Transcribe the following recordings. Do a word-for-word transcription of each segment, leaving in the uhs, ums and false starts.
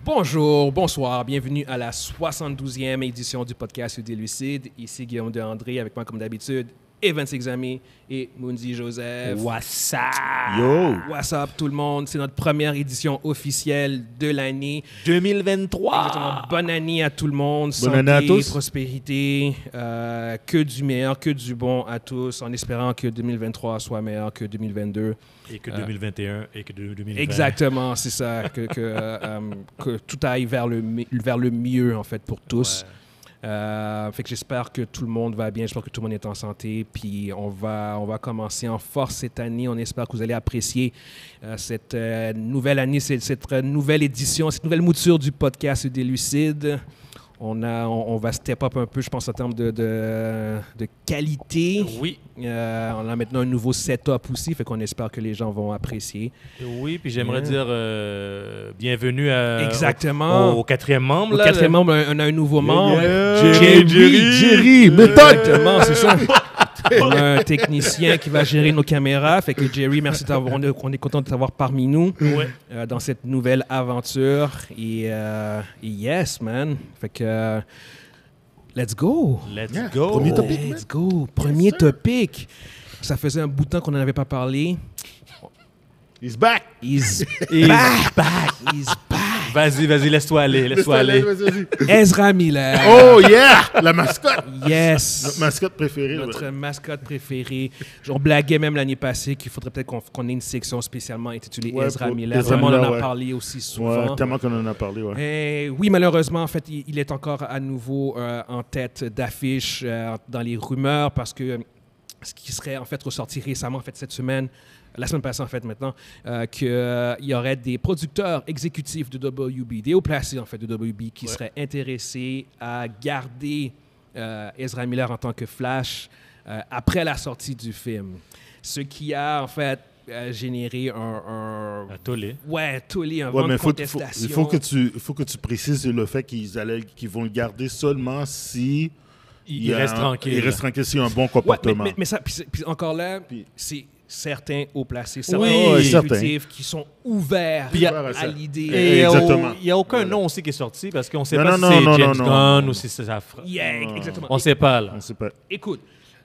Bonjour, bonsoir, bienvenue à la soixante-douzième édition du podcast Idées Lucides. Ici Guillaume de André, avec moi comme d'habitude, Evan Sexami et Mundi Joseph. What's up? Yo! What's up tout le monde? C'est notre première édition officielle de l'année. deux mille vingt-trois! Exactement. Bonne année à tout le monde. Bonne Santé, année à tous. prospérité, euh, que du meilleur, que du bon à tous, en espérant que deux mille vingt-trois soit meilleur que deux mille vingt-deux. Et que deux mille vingt et un et que deux mille vingt. Exactement, c'est ça. Que, que, euh, euh, que tout aille vers le, mi- vers le mieux, en fait, pour tous. Ouais. Euh, fait que j'espère que tout le monde va bien, j'espère que tout le monde est en santé, puis on va, on va commencer en force cette année. On espère que vous allez apprécier euh, cette euh, nouvelle année, cette, cette euh, nouvelle édition, cette nouvelle mouture du podcast Des Lucides. On, a, on, on va step up un peu, je pense, en termes de, de, de qualité. Oui, Euh, on a maintenant un nouveau setup aussi, fait qu'on espère que les gens vont apprécier. oui, puis j'aimerais Yeah. dire euh, bienvenue à, Exactement. Au, au quatrième membre. Au là, quatrième là. membre, on a un nouveau membre. Yeah. Jerry. Jerry, Jerry, méthode! Exactement, c'est ça. On a un technicien qui va gérer nos caméras. Fait que Jerry, merci d'avoir. On est, on est content de t'avoir parmi nous Ouais. euh, dans cette nouvelle aventure. Et, euh, et yes, man. Fait que euh, let's go. Let's Yeah. go. Premier topic. Let's go. Premier topic. Ça faisait un bout de temps qu'on n'en avait pas parlé. He's back! He's Et- back, back. He's back. Vas-y, vas-y, laisse-toi aller, laisse-toi aller. Vas-y, vas-y. Ezra Miller. Oh yeah! La mascotte! Yes. Notre mascotte préférée. Notre ouais. mascotte préférée. On blaguait même l'année passée qu'il faudrait peut-être qu'on, qu'on ait une section spécialement intitulée Ouais, Ezra pour Miller. Ezra Vraiment, on en Miller, a ouais. parlé aussi souvent. Ouais, tellement qu'on en a parlé, ouais. Et oui, malheureusement, en fait, il, il est encore à nouveau euh, en tête d'affiche euh, dans les rumeurs parce que euh, ce qui serait en fait ressorti récemment, en fait, cette semaine, la semaine passée, en fait, maintenant, euh, qu'il euh, y aurait des producteurs exécutifs de W B, des hauts placés, en fait, de W B, qui Ouais. seraient intéressés à garder euh, Ezra Miller en tant que Flash euh, après la sortie du film. Ce qui a, en fait, euh, généré un... un Un tollé. ouais, tollé, un Ouais, vent mais de faut, faut- contestation. il faut que tu, il faut que tu précises le fait qu'ils allaient, qu'ils vont le garder seulement si Il, y il a reste un- tranquille. Il reste tranquille s'il y a un bon Ouais, mais, comportement. mais, mais ça, puis, c'est- puis encore là, Puis- c'est certains hauts placés, certains Oui, exécutifs qui sont ouverts Puis il y a- Ouvert à à ça. l'idée. Et il y a- Exactement. il n'y a aucun Voilà. nom aussi qui est sorti parce qu'on ne sait Non, pas non, si non, c'est non, James non, Gunn non. ou si c'est sa fra- Yeah, Non. exactement. On ne sait pas, là. On sait pas. Écoute,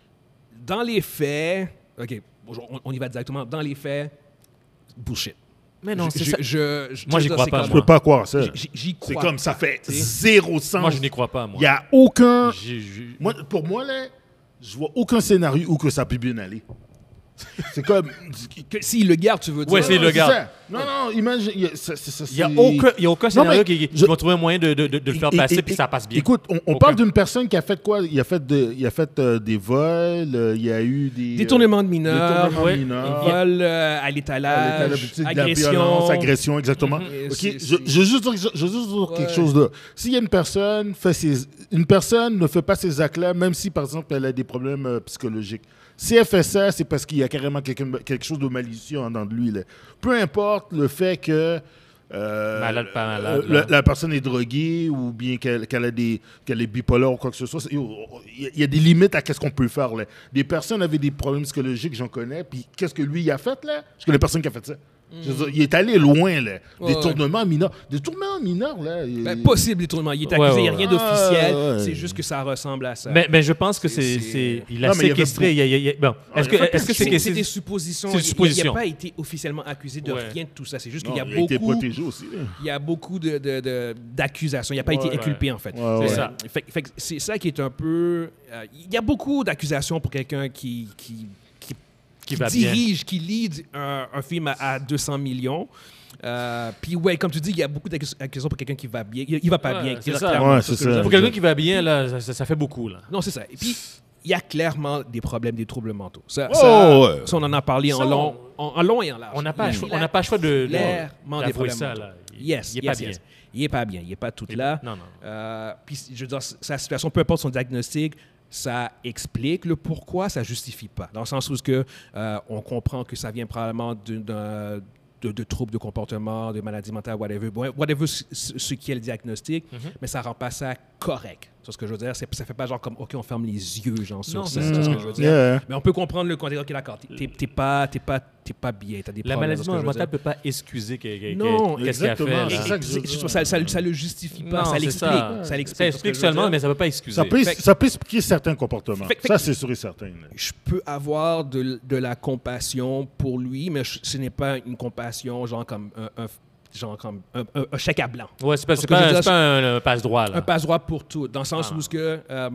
dans les faits, OK, on, on y va directement. Dans les faits, bullshit. Mais non, Je- c'est je- ça. je- je- Moi, je j'y veux crois dire, pas, c'est Je comme- peux pas croire ça. J'y- J'y C'est crois comme ça pas, fait tu sais. zéro sens. Moi, je n'y crois pas, moi. Il n'y a aucun... J'ai- j'ai- Moi, pour moi, là, je vois aucun scénario où que ça peut bien aller. C'est comme... Que s'il le garde, tu veux dire. Ouais, s'il le c'est garde. ça. Non, non, imagine... il y a- ça- ça- ça- Il n'y a c'est- aucun, il y a aucun scénario mais qui, qui je- va trouver un moyen de, de, de, de le faire Et- passer et- puis et- ça passe bien. Écoute, on, on Aucun. parle d'une personne qui a fait quoi? Il a fait, de, il a fait euh, des vols, euh, il y a eu des... Détournement de mineurs, Détournement ouais, mineur. vol euh, à euh, l'étalage, de la agression. violence, agression, exactement. Mhm. Et Ok, c'est- je, c'est- je veux juste dire, je, je veux juste dire Ouais. quelque chose là. S'il y a une personne fait ses, une personne ne fait pas ces actes-là, même si par exemple elle a des problèmes euh, psychologiques. Si elle fait ça, c'est parce qu'il y a carrément quelqu'un- quelque chose de malicieux en dedans de lui. Là. Peu importe le fait que euh, Malade, pas malade, euh, là. la, la personne est droguée ou bien qu'elle, qu'elle a des, qu'elle est bipolaire ou quoi que ce soit. c'est- Il y, a- il y a des limites à qu'est-ce qu'on peut faire. Là. Des personnes avaient des problèmes psychologiques, j'en connais. Puis qu'est-ce que lui il a fait là? Je connais personne qui a fait ça. Je veux dire, il est allé loin là. Ouais, Des tournements mineurs. Des tournements mineurs là. il- Ben, possible détournement. Il est Ouais, accusé, il n'y a ouais, rien ouais. d'officiel. Ah, ouais. C'est juste que ça ressemble à ça. Mais, mais je pense que C'est- c'est, c'est- c'est- il a Non, mais il y avait séquestré. il y a- il y a- il y a- bon, Ah, est-ce il a que, fait est-ce que c'est, c'est, que c'est des c'est, suppositions. c'est des Il- Il suppositions. n'a pas été officiellement accusé de Ouais. rien de tout ça. C'est juste Non, qu'il y a il a été beaucoup, protégé aussi. là. il y a beaucoup de, de- de- d'accusations. Il n'a pas Ouais, été inculpé, en fait. Ouais, c'est ouais. ça. Fait, fait que c'est ça qui est un peu... euh, il y a beaucoup d'accusations pour quelqu'un qui, qui, qui, Qui va bien. dirige, qui lead un, un film à, à deux cents millions. Euh, Puis ouais, comme tu dis, il y a beaucoup d'accusations pour quelqu'un qui va bien. Il, il va pas Ouais, bien. c'est Clairement, ça. Ouais, ce c'est que je veux ça. dire. Pour quelqu'un qui va bien, là, ça, ça- ça fait beaucoup. Là. Non, c'est ça. Et puis, il y a clairement des problèmes, des troubles mentaux. Ça, Oh, ça, ouais. ça, on en a parlé en Ça, on- long, en, en long et en large. On n'a pas, Il le choix- a on n'a pas le choix de, de, clairement des d'avouer problèmes ça. mentaux. Là. Il, Yes, il est yes, pas bien. yes. Il est pas bien. Il est pas tout Il- là. Non, non. Euh, puis, je veux dire, sa situation, peu importe son diagnostic, ça explique le pourquoi, ça justifie pas. Dans le sens où que, euh, on comprend que ça vient probablement d'une- d'un de, de troubles de comportement, de maladies mentales, whatever, Bon, whatever ce, ce qui est le diagnostic, Mhm. mais ça rend pas ça correct. C'est ce que je veux dire. C'est, ça fait pas genre comme, OK, on ferme les yeux, genre, sur Non, ça. c'est C'est ce ça. que je veux dire. Yeah. Mais on peut comprendre le contexte. OK, d'accord. T'es, t'es, pas, t'es, pas, t'es pas bien. T'as des La problèmes. maladie c'est ce que je veux mentale ne dire. peut pas excuser que, que, Non, que- qu'est-ce qu'il a fait. exactement, là. c'est ça que je veux Et- dire. Ça, ça, ça le justifie pas. Non, ça c'est l'explique. ça. Ça l'explique. Ça c'est ce que explique je veux seulement, dire. mais ça ne peut pas excuser. Ça peut, Fait- ça peut expliquer certains comportements. Fait- fait- ça, c'est sûr et certain. là. Je peux avoir de, de la compassion pour lui, mais je- ce n'est pas une compassion genre comme un, un- genre comme un, un- un chèque à blanc. Ouais, c'est pas, Parce c'est que je pas, veux dire, c'est pas un, un passe-droit. Là. Un passe-droit pour tout, dans le sens Ah. où ce que, euh,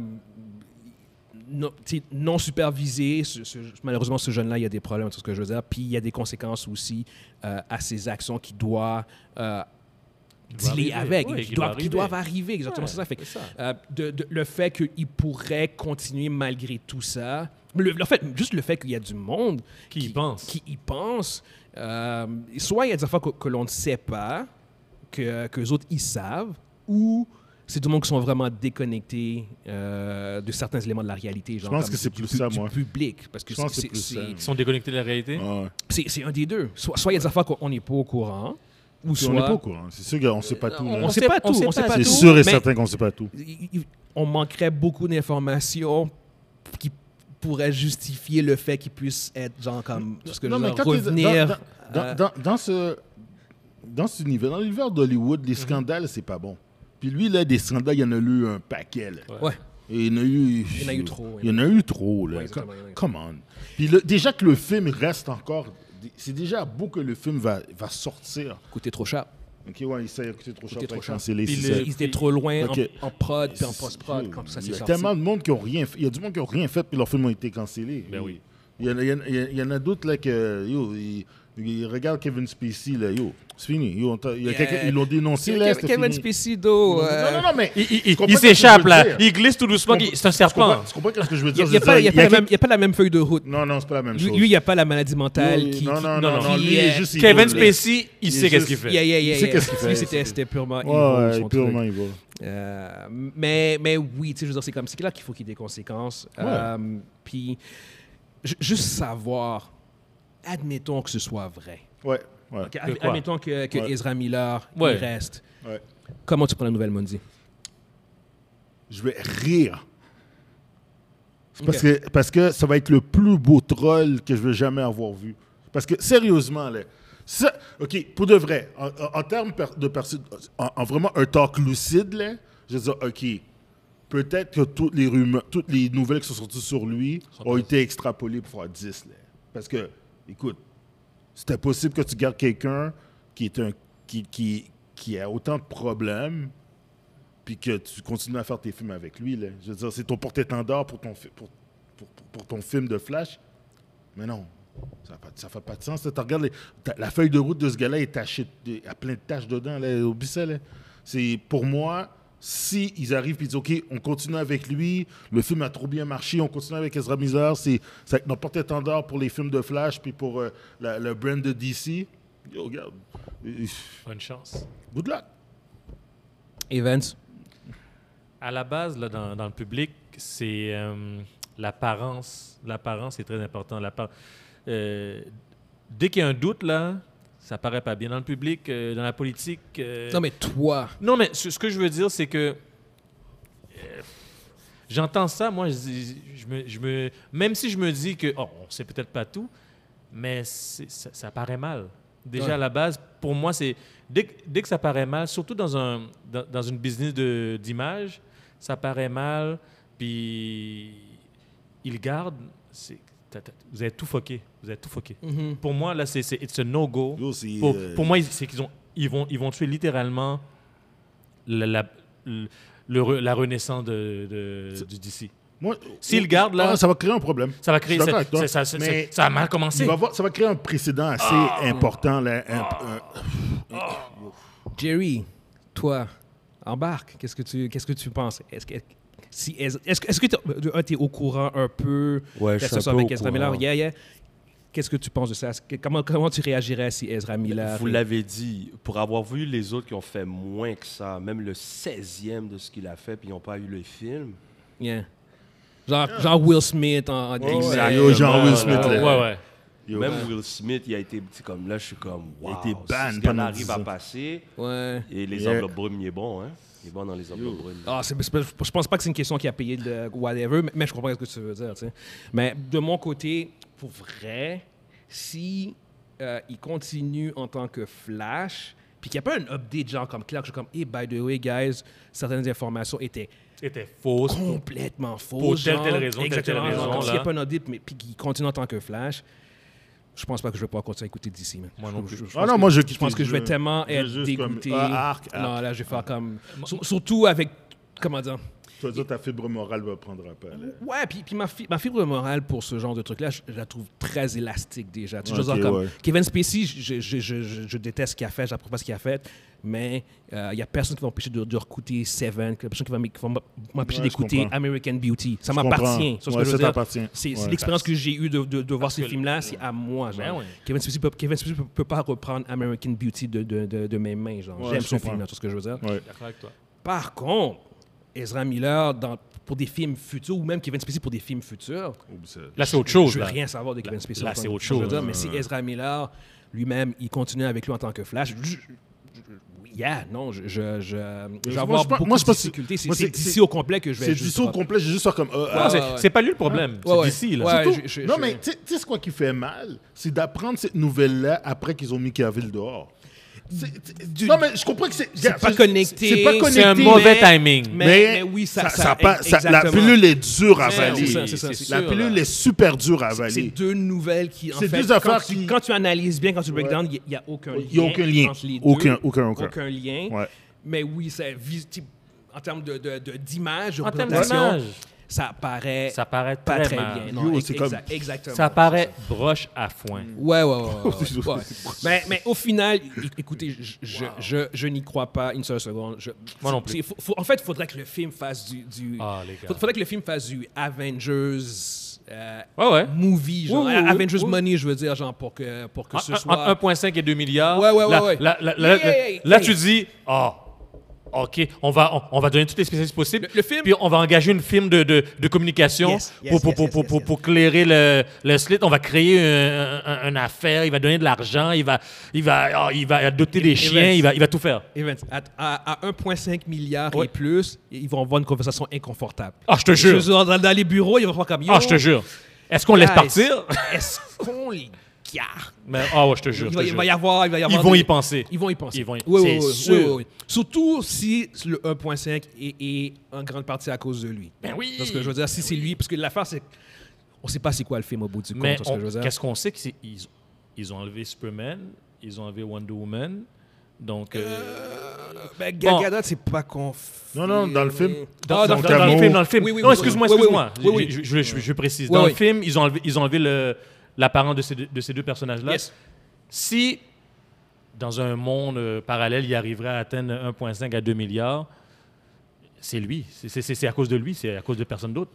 non, t'sais, non supervisé, ce- ce- malheureusement, ce jeune-là, il y a des problèmes, c'est ce que je veux dire. Puis il y a des conséquences aussi euh, à ses actions qui doivent euh, doit dealer arriver. avec, Oui, qui, qui doivent, doit qui doivent arriver. arriver. Exactement, Ouais, c'est ça. Fait, que, c'est ça. euh, de, de- le fait qu'il pourrait continuer malgré tout ça, le, le fait, juste le fait qu'il y a du monde Qui y pense. qui y pense, euh, soit il y a des affaires que, que l'on ne sait pas, que, que les autres ils savent, ou c'est du monde qui sont vraiment déconnectés euh, de certains éléments de la réalité. Genre pense comme que c'est du, plus du- ça, du moi. public. Parce que Je pense c'est, que c'est c'est, plus ça. c'est, Ils sont déconnectés de la réalité. Ouais. c'est- c'est un des deux. Soit, soit il y a des affaires qu'on n'est pas au courant, ou Puis soit... on n'est pas au courant. C'est sûr qu'on ne sait pas tout. on là. ne sait pas tout. On sait pas C'est tout, sûr et mais certain qu'on ne sait pas tout. il- il- on manquerait beaucoup d'informations qui pourraient justifier le fait qu'il puisse être genre comme... Ce que Non, je mais veux dire, quand t'es revenir... dans, dans, euh, dans, dans ce, dans ce univers, dans l'univers d'Hollywood, Mhm. les scandales, c'est pas bon. Puis lui, là, des scandales, il y en a eu un paquet. Là. ouais. Et il y en a eu... Il y en a eu trop, Il y en a eu trop, là. Ouais, exactement, il y en a eu Come on. Puis le- déjà que le film reste encore... C'est déjà beau que le film va, va sortir. Coûter trop cher. OK, ouais, il s'est coûté trop cher Coûté pour trop cher. canceller. Puis c'est le- ça. Ils étaient trop loin en- Ok. en, prod puis en post-prod quand ça Il s'est y a sorti. tellement de monde qui ont rien fait. Il y a du monde qui ont rien fait puis leurs films ont été cancellés. Ben oui. Il y en a, il y en a- il y en a d'autres là que yo, ils, ils regardent Kevin Spacey là, yo, c'est fini. Yo, on t'a- il y a Yeah. quelqu'un- ils l'ont dénoncé là, Kevin, c'était Kevin fini. Spacey, though, Non, euh, non, non, mais Il, il- tu comprends il ce que s'échappe je veux là. dire? Il glisse tout doucement. Tu il- C'est un Tu comprends, serpent. tu comprends ce que je veux il dire? n'y a, Je veux pas- il y a dire, pas la il y a même- il y a pas la même feuille de route. Non, non, c'est pas la même Lui, chose. lui, il n'y a pas la maladie mentale Lui, qui... non, qui- non, non, non, non, non, qui lui, il est est- juste Kevin evil, là. Spacey, il Il sait est qu'est-ce qu'il juste- fait. Yeah, yeah, yeah, Il sait yeah. qu'est-ce qu'il fait. Lui, c'était, c'était purement Ouais, evil, ouais, son purement truc. evil. Euh, mais, mais oui, tu sais, je veux dire, c'est comme, c'est là qu'il faut qu'il y ait des conséquences. Euh, puis, ju- juste savoir, admettons que ce soit vrai. Ouais, ouais. Ok, Que ad- quoi? admettons que, que Ouais. Ezra Miller, Ouais. il reste. Ouais. Comment tu prends la nouvelle, Mondi? Je vais rire. C'est Parce, Ok. que, parce que ça va être le plus beau troll que je vais jamais avoir vu. Parce que, sérieusement, là, ça, OK, pour de vrai, en, en- en termes per- de personne, en, en vraiment un talk lucide, là, je veux dire, OK, peut-être que toutes les rumeurs, toutes les nouvelles qui sont sorties sur lui ont été extrapolées pour faire dix, là. Parce que, écoute, c'était possible que tu gardes quelqu'un qui est un qui, qui, qui a autant de problèmes puis que tu continues à faire tes films avec lui. Là. Je veux dire, c'est ton porte-étendard pour ton, fi- pour, pour, pour- pour ton film de Flash. Mais non, ça ne fait pas de sens. Tu regardes, les- ta- la feuille de route de ce gars-là est tachée, de- il y a plein de taches dedans. Là, oublie ça. Là. C'est, pour moi, si ils arrivent et disent, OK, on continue avec lui, le film a trop bien marché, on continue avec Ezra Miller, c'est, c'est notre porte-étendard pour les films de Flash puis pour euh, la- le brand de D C. Yo, regarde. Euh, Bonne chance. Good luck. Evans? À la base, là, dans, dans le public, c'est euh, l'apparence. L'apparence est très important. L'appar- euh, dès qu'il y a un doute, là, ça paraît pas bien dans le public, euh, dans la politique. euh, Non, mais toi, Non, mais ce, ce que je veux dire, c'est que euh, j'entends ça, moi, je, dis- je me, je me- même si je me dis que oh, on sait peut-être pas tout, mais c'est- ça, ça paraît mal. Déjà Ouais. à la base, pour moi, c'est dès, que- dès que ça paraît mal, surtout dans un dans, dans une business de d'image, ça paraît mal, puis ils gardent. c'est- t'as- t'as- Vous avez tout fucké, vous avez tout fucké. mhm. Pour moi, là, c'est c'est it's a no go. Yo, c'est, Pour, euh, pour moi, ils- c'est qu'ils ont, ils vont, ils vont tuer littéralement la, la, le- le re- la renaissance de, de- du D C. moi, S'ils gardent, là- ah, ça va créer un problème. Ça va Je créer. suis d'accord Ça, avec toi, ça- ça- ça- mais ça a mal commencé. il va avoir- ça va créer un précédent assez Ah. important. Là, un- un- Jerry, toi, embarque. Qu'est-ce que tu, qu'est-ce que tu penses? Est-ce que, si, est-ce, est-ce que est-ce que t'es- de un, t'es au courant un peu Ouais, de je la suis un situation peu avec au Ezra Miller? courant. Yeah, yeah. Qu'est-ce que tu penses de ça? Est-ce que- comment, comment tu réagirais si Ezra Miller... Vous l'avez dit, pour avoir vu les autres qui ont fait moins que ça, même le seizième de ce qu'il a fait, puis ils n'ont pas eu le film. Yeah. Genre, genre Will Smith en... en Ouais, Exact. yo, genre Will Smith, Ouais, là. ouais. Yo, Même Will Smith, il a été c'est comme là, je suis comme, Il a wow, été ban si ce pendant gars-là arrive dix à ans. passer, Ouais. et les Yeah. enveloppes brumes, il est bon, hein. Il est bon dans les enveloppes brunes. Ah, c'est, c'est, je pense pas que c'est une question qui a payé de whatever, mais, mais je comprends ce que tu veux dire. T'sais. Mais de mon côté, pour vrai, si euh, il continue en tant que Flash, puis qu'il n'y a pas un update genre comme Clark, je suis comme, hey, by the way, guys, certaines informations étaient Était fausse. complètement fausses. Pour telle, genre, telle raison, telle, exactement, telle genre, raison, comme s'il n'y a là. pas un update, mais puis qu'il continue en tant que Flash, je pense pas que je vais pouvoir continuer à écouter D C, man. Moi non plus. Je, je, je Ah pense non, que- moi, je je pense que je vais tellement je- être juste comme, dégoûté. ah, arc, arc. Non, là, je vais faire comme... Sur- surtout avec... Comment dire? Tu vas dire, ta fibre morale va prendre un peu. Là. Ouais, puis, puis ma, fi- ma fibre morale pour ce genre de truc-là, je, je la trouve très élastique déjà. Tu sais, je veux Ok, dire, comme ouais. Kevin Spacey, je, je, je, je, je déteste ce qu'il a fait, j'approuve pas ce qu'il a fait, mais il euh, n'y a personne qui va m'empêcher de, de recouter Seven, il y a personne qui va m- qui va m'empêcher Ouais, je d'écouter comprends. American Beauty. Ça Je m'appartient. comprends. C'est ce que Ouais, je veux ça dire. t'appartient. C'est, c'est Ouais. l'expérience que j'ai eue de, de, de voir Parce ces que- films-là, c'est à moi. Genre. Ben ouais. Kevin Spacey peut, Kevin Spacey peut, peut pas reprendre American Beauty de, de, de, de mes mains. Genre. Ouais, J'aime je ce comprends. film-là, tout ce que je veux dire. Ouais. D'accord avec toi. Par contre, Ezra Miller, dans, pour des films futurs, ou même Kevin Spacey pour des films futurs, Oublie ça. Là, c'est autre chose. je veux Là. rien savoir de Kevin Spacey. là, en tant c'est que- autre je veux chose. dire, mais si Ezra Miller lui-même, il continue avec lui en tant que Flash, je, je- je- yeah, non, je, je, je, je vais Moi, avoir je pense- beaucoup moi, je de pense que- difficultés. C'est, moi, c'est c'est- d'ici c'est- au complet que je vais C'est juste du saut drop. complet, j'ai juste ça comme. euh, Non, ah, c'est, ouais, ouais. c'est pas lui le problème. Ouais, c'est ouais. d'ici, là. Ouais, Surtout- je- je- non, je- mais tu sais- tu sais ce quoi qui fait mal? C'est d'apprendre cette nouvelle-là après qu'ils ont mis Cavill dehors. C'est- c'est- non, mais je comprends que c'est. C'est pas connecté. C'est pas C'est connecté. C'est un mauvais mais- timing. mais- Mais, oui, ça- ça, ça- ça pas- ça- la exactement. pilule est dure à Ouais, avaler. c'est ça, c'est ça, c'est La sûr, pilule là. est super dure à C'est avaler. deux nouvelles qui, en C'est fait, deux affaires quand, tu, qui- quand tu analyses bien, quand tu break down, il n'y a, aucun lien. Il y a aucun lien. Entre les deux. Aucun, aucun, aucun. Aucun lien. Ouais. Mais oui, ça, vis- type, en termes de, de, de- d'image, de En termes représentation, d'image, ça paraît ça paraît pas très, très mal. bien. Non, Yo, ex- c'est comme- exa- exactement. Ça paraît broche à foin. Ouais, ouais, ouais. ouais, ouais, ouais. mais, mais au final, é- écoutez, je, je, je, je n'y crois pas une seule seconde. Je- Moi non plus. c'est- faut- faut- en fait, il faudrait que le film fasse du... du Ah, les gars. faut- faudrait que le film fasse du Avengers... euh, Ouais, ouais. movie, genre Oui, oui, oui, Avengers oui. Money, je veux dire, genre pour que, pour que ce En- soit... en- un virgule cinq et deux milliards. Ouais, ouais, ouais, Là, ouais. là, là, Yeah, là, yeah, yeah, là, yeah. tu dis, ah, OK, on va, on, on va donner toutes les spécialistes possibles. Le- le film- Puis on va engager une firme de, de, de communication Yes, yes, pour, pour, yes, pour, yes, pour, yes, pour, yes. pour clairer le, le slit. On va créer un- un- une affaire, il va donner de l'argent, il va, il va, ah, il va doter des Et- chiens, Evans. il va, il va tout faire. Evans, à, à, à un virgule cinq milliard Ouais. et plus, ils vont avoir une conversation inconfortable. Ah, je te Je jure. veux dire, dans, dans les bureaux, ils vont faire comme... Yo, Ah, je te jure. Est-ce qu'on laisse guys, partir? Est-ce qu'on les garde? Mais, ah ouais, je te jure. Il je va, te il jure. va y avoir... Il va y Ils avoir vont des- y penser. Ils vont y penser. Ils vont y- Oui, c'est oui, oui, sûr. oui, oui, oui. Surtout si le un virgule cinq est, est en grande partie à cause de lui. Ben oui. Parce que je veux dire, si c'est lui... Parce que l'affaire, c'est... On ne sait pas c'est quoi le film au bout du compte, Mais c'est ce que on- je veux dire. qu'est-ce qu'on sait? qu'ils ils, ils ont enlevé Superman, ils ont enlevé Wonder Woman. Donc, euh, Ben, Gal Bon. Gadot, c'est pas confirmé. Non, non, dans le film. Ah, dans, son dans- dans camo. le film, dans le film. Oui, oui, non, oui, excuse-moi, oui, oui, excuse-moi. oui, oui, Je, je- je- je- je précise. Oui, Dans oui. le film, ils ont enlevé, ils ont enlevé le, l'apparence de ces deux, de ces deux personnages-là. Yes. Si, dans un monde euh, parallèle, il arriverait à atteindre un virgule cinq à deux milliards, c'est lui. C'est, c'est- c'est- c'est à cause de lui, c'est à cause de personne d'autre.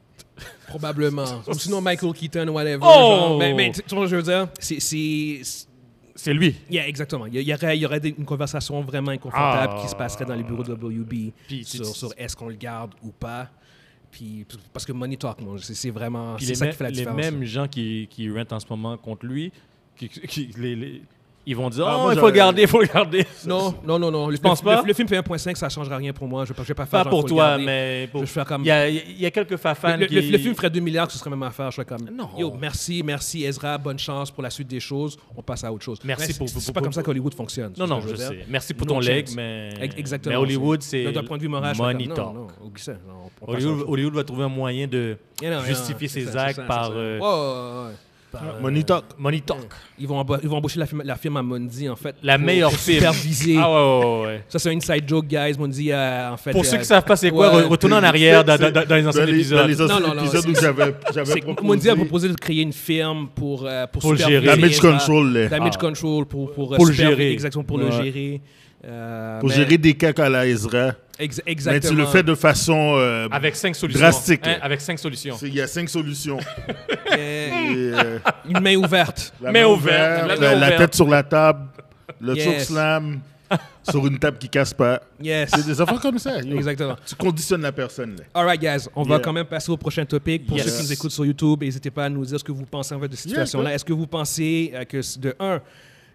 Probablement. Ou sinon Michael Keaton, whatever. Oh! genre. Mais, mais tu vois ce que je veux dire? C'est... c'est- C'est lui. Yeah, exactement. Il y, il y aurait, il y aurait des- une conversation vraiment inconfortable Ah. qui se passerait dans les bureaux de W B Puis tu- sur, tu- sur est-ce qu'on le garde ou pas. Puis, parce que Money Talk, moi, c'est, c'est vraiment... Puis C'est les, ça mê- qui fait la les différence. mêmes gens qui, qui rentent en ce moment contre lui, qui, qui- les- les- ils vont dire Ah, oh, moi, il faut le j'aurais- garder, il faut le garder. Non, non, non, non. Le, penses le- pas? le, le film fait un virgule cinq, ça ne changera rien pour moi. Je ne vais, pas- je vais pas faire Pas genre, pour faut le toi, garder. mais pour- Je vais faire comme... il y a, il y a quelques fafans Le, qui... le- le film ferait deux milliards, que ce serait même affaire. Je serais comme, Non. yo, merci, merci Ezra, bonne chance pour la suite des choses. On passe à autre chose. Merci Mais pour- c'est, pour- c'est pas pour- comme ça qu'Hollywood fonctionne. Non, c'est non, ce que je veux sais. dire. Merci pour No ton leg, chance. mais... Ex- Exactement. mais Hollywood, c'est D'un point de vue moral, je money fais comme, talk. Non, non, oublie ça. Non, on passe à autre Hollywood, chose. Hollywood va trouver un moyen de Yeah, non, yeah, justifier c'est ses ça, c'est actes ça, c'est par... ça. euh, Ouais, ouais, ouais. par, euh, Money talk. Money talk. Ils vont, emba- ils vont embaucher la firme, la firme à Mundi, en fait. La pour- meilleure pour firme. superviser. Ah ouais, ouais, ouais. Ça, c'est un inside joke, guys. Mundi, euh, en fait. Pour euh, ceux qui ne savent pas c'est quoi, ouais. re- retournez en arrière dans, dans- dans les anciens Dans les, dans épisodes. les anciens Non, non, non, épisodes où c'est- j'avais, j'avais C'est que proposé... Mundi a proposé de créer une firme pour, euh, pour, Pour le superviser gérer. Damage Ezra. control, là. Damage Ah. control pour, pour, euh, Pour le superviser- gérer. Exactement, pour le Ouais. gérer. Euh, Pour mais- gérer des cas à la Ezra. Ex- Mais exactement. tu le fais de façon... euh, Avec cinq solutions. Drastique. Hein, avec cinq solutions. c'est- Il y a cinq solutions. Euh, Et, euh, une main ouverte. la Main main ouverte, la ouverte, main la, la ouverte. tête sur la table, le Yes. choke slam sur une table qui casse pas. Yes. C'est des affaires comme ça. yo. Exactement. Tu conditionnes la personne. Là. All right, guys. On va Yeah. quand même passer au prochain topic. Pour Yes. ceux qui nous écoutent sur YouTube, n'hésitez pas à nous dire ce que vous pensez en fait de cette situation-là. good. Est-ce que vous pensez euh, que, c- de un,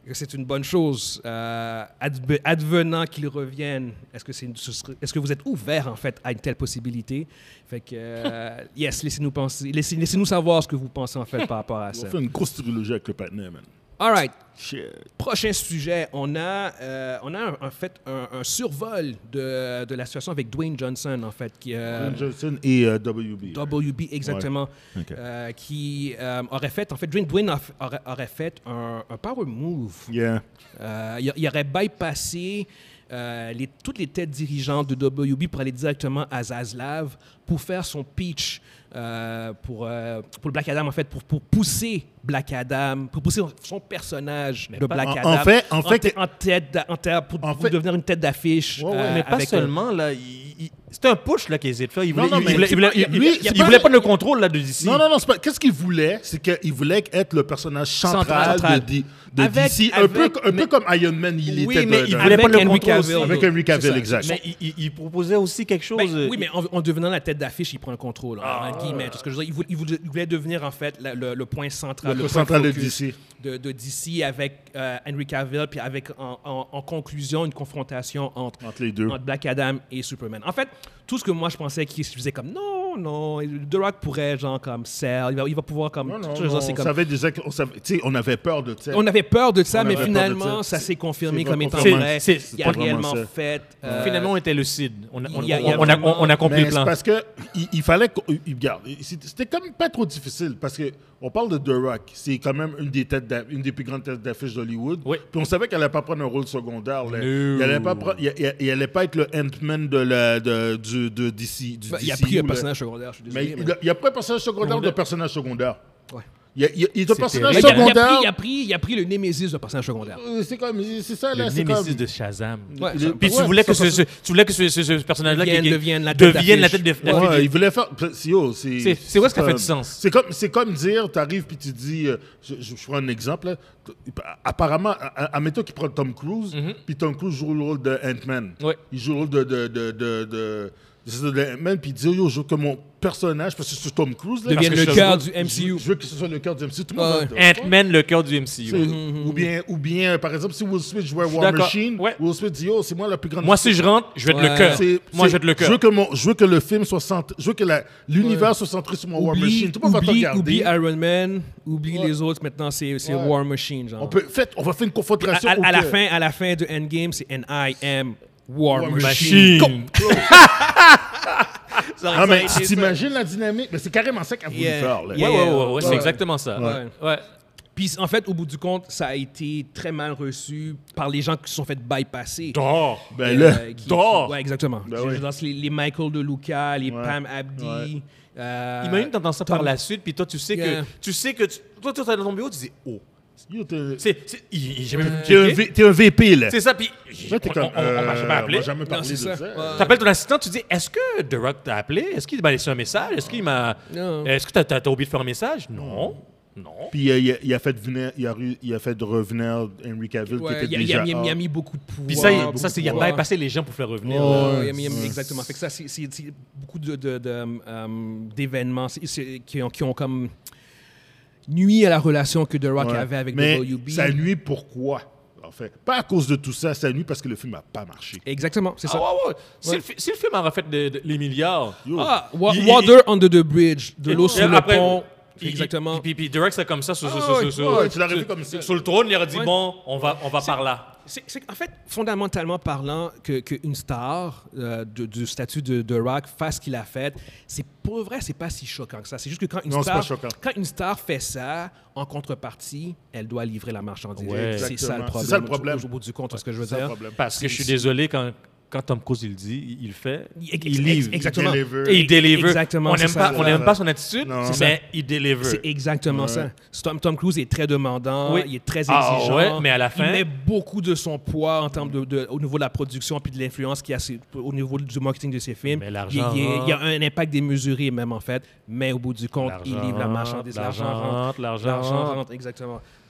que c'est une bonne chose. Euh, adve- advenant qu'il revienne, est-ce que, c'est une- ce serait- est-ce que vous êtes ouvert, en fait, à une telle possibilité? Fait que, euh, yes, laissez-nous penser, laissez, laissez-nous savoir ce que vous pensez, en fait, par rapport à On ça. fait une grosse trilogie avec le partenaire, man. All right. Shit. Prochain sujet, on a, euh, on a en fait un, un survol de, de la situation avec Dwayne Johnson, en fait, qui, euh, Dwayne Johnson et euh, W B. W B exactement, Ouais. Ok. euh, qui euh, aurait fait, en fait, Dwayne, Dwayne a- aurait, aurait fait un, un power move. Yeah. Euh, il, il aurait bypassé euh, les, toutes les têtes dirigeantes de W B pour aller directement à Zaslav pour faire son pitch euh, pour, euh, pour le Black Adam, en fait, pour, pour pousser Black Adam, pour pousser son personnage Mais de pas- Black en- Adam en fait- en fait- tête- en tête, d'a- en tête- pour, En pour fait- devenir une tête d'affiche. Ouais, ouais, euh, Mais pas avec, euh, seulement, là. il- il- C'était un push là, qu'ils essayaient de faire. Il Non, voulait, non, il, mais il voulait, c'est il voulait- pas- il- lui, il- c'est il pas- voulait prendre le contrôle là, de D C. Non, non, non, c'est pas. Qu'est-ce qu'il voulait? C'est qu'il voulait être le personnage central, Central. de, D- de Avec- D C. Un, avec- peu, un mais- peu comme Iron Man, il Oui, était. mais de- il de- voulait avec pas le Henry contrôle aussi. Cavill. Avec Henry Cavill, C'est ça. exact. Mais il, il- il proposait aussi quelque chose. Ben, euh, oui, mais en, en devenant la tête d'affiche, il prend le contrôle. Ah. En guillemets, tout ce que je veux dire, il voulait, il voulait- il voulait devenir en fait la- le, le point central, Le point point central de focus D C. de, de D C avec euh, Henry Cavill, puis avec en, en- en conclusion une confrontation entre, Entre les deux. entre Black Adam et Superman. En fait, tout ce que moi je pensais qu'il se faisait comme non, non, The Rock pourrait genre comme Cell, il va, il va pouvoir comme. Non, non, tout ce que je veux dire, non, c'est on comme- savait déjà qu'on savait, tu sais, on avait peur de ça. on avait peur de ça, On mais avait peur de finalement, ça. ça s'est confirmé C'est comme pas étant confirmé. vrai. C'est- Il c'est a pas vraiment réellement ça. fait. euh, Finalement, on était lucide. On a, on, il y a- il y a on- on a- vraiment- on a compris Mais le c'est plan. parce que il, il fallait qu'on il- regarde, c'était c'était comme pas trop difficile parce que on parle de The Rock, c'est quand même une des têtes d'a- une des plus grandes têtes d'affiche d'Hollywood. Oui. Puis on savait qu'elle allait pas prendre un rôle secondaire. Là. No. Il allait pas prendre, il, il- il allait pas être le Ant-Man de la de du de D C du ben, il a D C U, pris un là. personnage secondaire, je suis Mais désolé. il, mais- a- il a pris un personnage secondaire de personnage secondaire. Ouais. Il, a- il, a- il est un C'est personnage Mais il, a, il a secondaire. pris, il, a pris, il a pris le némésis de personnage secondaire. Euh, C'est comme c'est ça Le là, c'est Némésis comme de Shazam. Ouais, Il ça- est- Puis tu Ouais, voulais que ça, ce, ça, ce- tu voulais que ce, ce- ce personnage-là Devienne- qui- qui- devienne la tête devienne la d'affiche. tête de Ouais, d'affiche. il voulait faire. c'est- Yo, c'est. C'est- c'est où est-ce que ça pas- fait du sens? C'est comme, c'est comme dire, tu arrives puis tu dis, euh, je, je, je prends un exemple. Là. T- Apparemment, à- à- admettons qu'il prend Tom Cruise, Mhm. puis Tom Cruise joue le rôle de Ant-Man. Ouais. Il joue le rôle de de de de, de, de, de Ant-Man, puis il dit, yo, je veux que mon personnage, parce que c'est Tom Cruise, là, Devienne parce que le je- cœur je- du M C U. Je, je veux que ce soit le cœur du M C U. Tout le Ouais. monde va- Ant-Man, le cœur du M C U. C'est- Ou bien, ou bien, par exemple, si Will Smith jouait War d'accord. Machine, Ouais. Will Smith dit, oh, c'est moi la plus grande. Moi, si je rentre, je vais être Ouais. le cœur. C'est- Moi, c'est- je vais être le Je veux cœur. que, mon, je veux que le film soit centré, je veux que la- l'univers soit centré sur mon War Oublie, Machine. Tout le monde va te oublie, regarder. oublie Iron Man, oublie Ouais. les autres. Maintenant, c'est c'est Ouais. War Machine. Genre. On peut, fait, on va faire une à, confrontation. à- à la au- fin, à la fin de Endgame, c'est And I am War, War Machine. Machine. Ça aurait Ah, mais été tu ça. t'imagines la dynamique? Mais c'est carrément ça qu'elle voulu Yeah. faire. Là. Ouais, Yeah. ouais, ouais, ouais, c'est Ouais. exactement ça. Ouais. Ouais. Puis en fait, au bout du compte, ça a été très mal reçu par les gens qui se sont fait bypasser. Dors. Ben Euh, là, qui- dors. Ouais, exactement. Ben Je- oui. je lance les, les Michael De Luca, les Ouais. Pam Abdi. Ouais. euh, Imagine, t'entends ça Tom- par la suite, puis toi, tu sais Yeah. que. Tu sais que. Tu, toi, tu es dans ton bureau, tu dis, oh. yo, t'es C'est. c'est- il- il- J'ai même t'es un, checké. V- t'es un V P, là. C'est ça, puis. Là, t'es on- comme, on- on- on m'a jamais euh, appelé. on m'a jamais Non, parlé c'est de ça. ça. Ouais. T'appelles ton assistant, tu dis, est-ce que The Rock t'a appelé? Est-ce qu'il m'a laissé un message? Est-ce qu'il m'a. Non. Est-ce que t'as, t'as, t'as oublié de faire un message? Non. Non. Puis euh, il, a, il a fait venir, il a, ru- il a fait de revenir Henry Cavill Ouais, qui était il, a, il, déjà a mis, il a hors. mis beaucoup de pouvoir. Puis ça, il- beaucoup ça de c'est, il a pouvoir. bypassé les gens pour faire revenir. Oh, là. Ouais, Ouais, il a mis- il a mis- ouais. exactement. Fait que ça, c'est, c'est- c'est beaucoup de, de- de, euh, d'événements c'est- c'est- qui, ont, qui ont comme nuit à la relation que The Rock Ouais. avait avec Mais W B. ça nuit pourquoi, en fait? Pas à cause de tout ça, ça nuit parce que le film n'a pas marché. Exactement, c'est Ah ça. ouais, ouais. Si, Ouais. le, fi- si le film aurait fait de- de- les milliards. Yo. Ah, wa- Il- il- Water under the bridge, de l'eau Et sur le après, pont. il- Exactement. Puis, puis, puis The Rock, c'est comme ça sur, sur, Ah sur- ouais, sur- ouais, sur- tu l'aurais vu sur- comme ça. sur le trône, il aurait dit, Ouais. bon, on va, on va par là. C'est, c'est- en fait, fondamentalement parlant, que, qu'une star euh, de- du statut de, de Rock fasse ce qu'il a fait, c'est pour vrai, c'est pas si choquant que ça. C'est juste que quand une, Non, c'est star, pas choquant. quand une star fait ça, en contrepartie, elle doit livrer la marchandise. Ouais. C'est ça le Exactement. problème. C'est ça le problème. Au, au bout du compte, c'est ce que je veux C'est ça le dire. problème. Parce que je suis C'est- désolé, quand, quand Tom Cruise il le dit, il, il le fait, Ex- il livre. Exactement. Il deliver. Et il délivre. Exactement, On c'est n'aime ça. pas, on Ouais. n'aime pas son attitude, Non. C'est mais il délivre. C'est exactement Ouais. ça. Tom, Tom Cruise est très demandant, Oui. il est très Ah, exigeant. ouais, mais à la fin- Il met beaucoup de son poids en termes de, de- au niveau de la production puis de l'influence qu'il y a sur- au niveau du marketing de ses films. Mais l'argent il, il- il y a rentre. un impact démesuré même en fait, mais au bout du compte, il livre la marchandise. L'argent rentre. l'argent, L'argent rentre. rentre, exactement.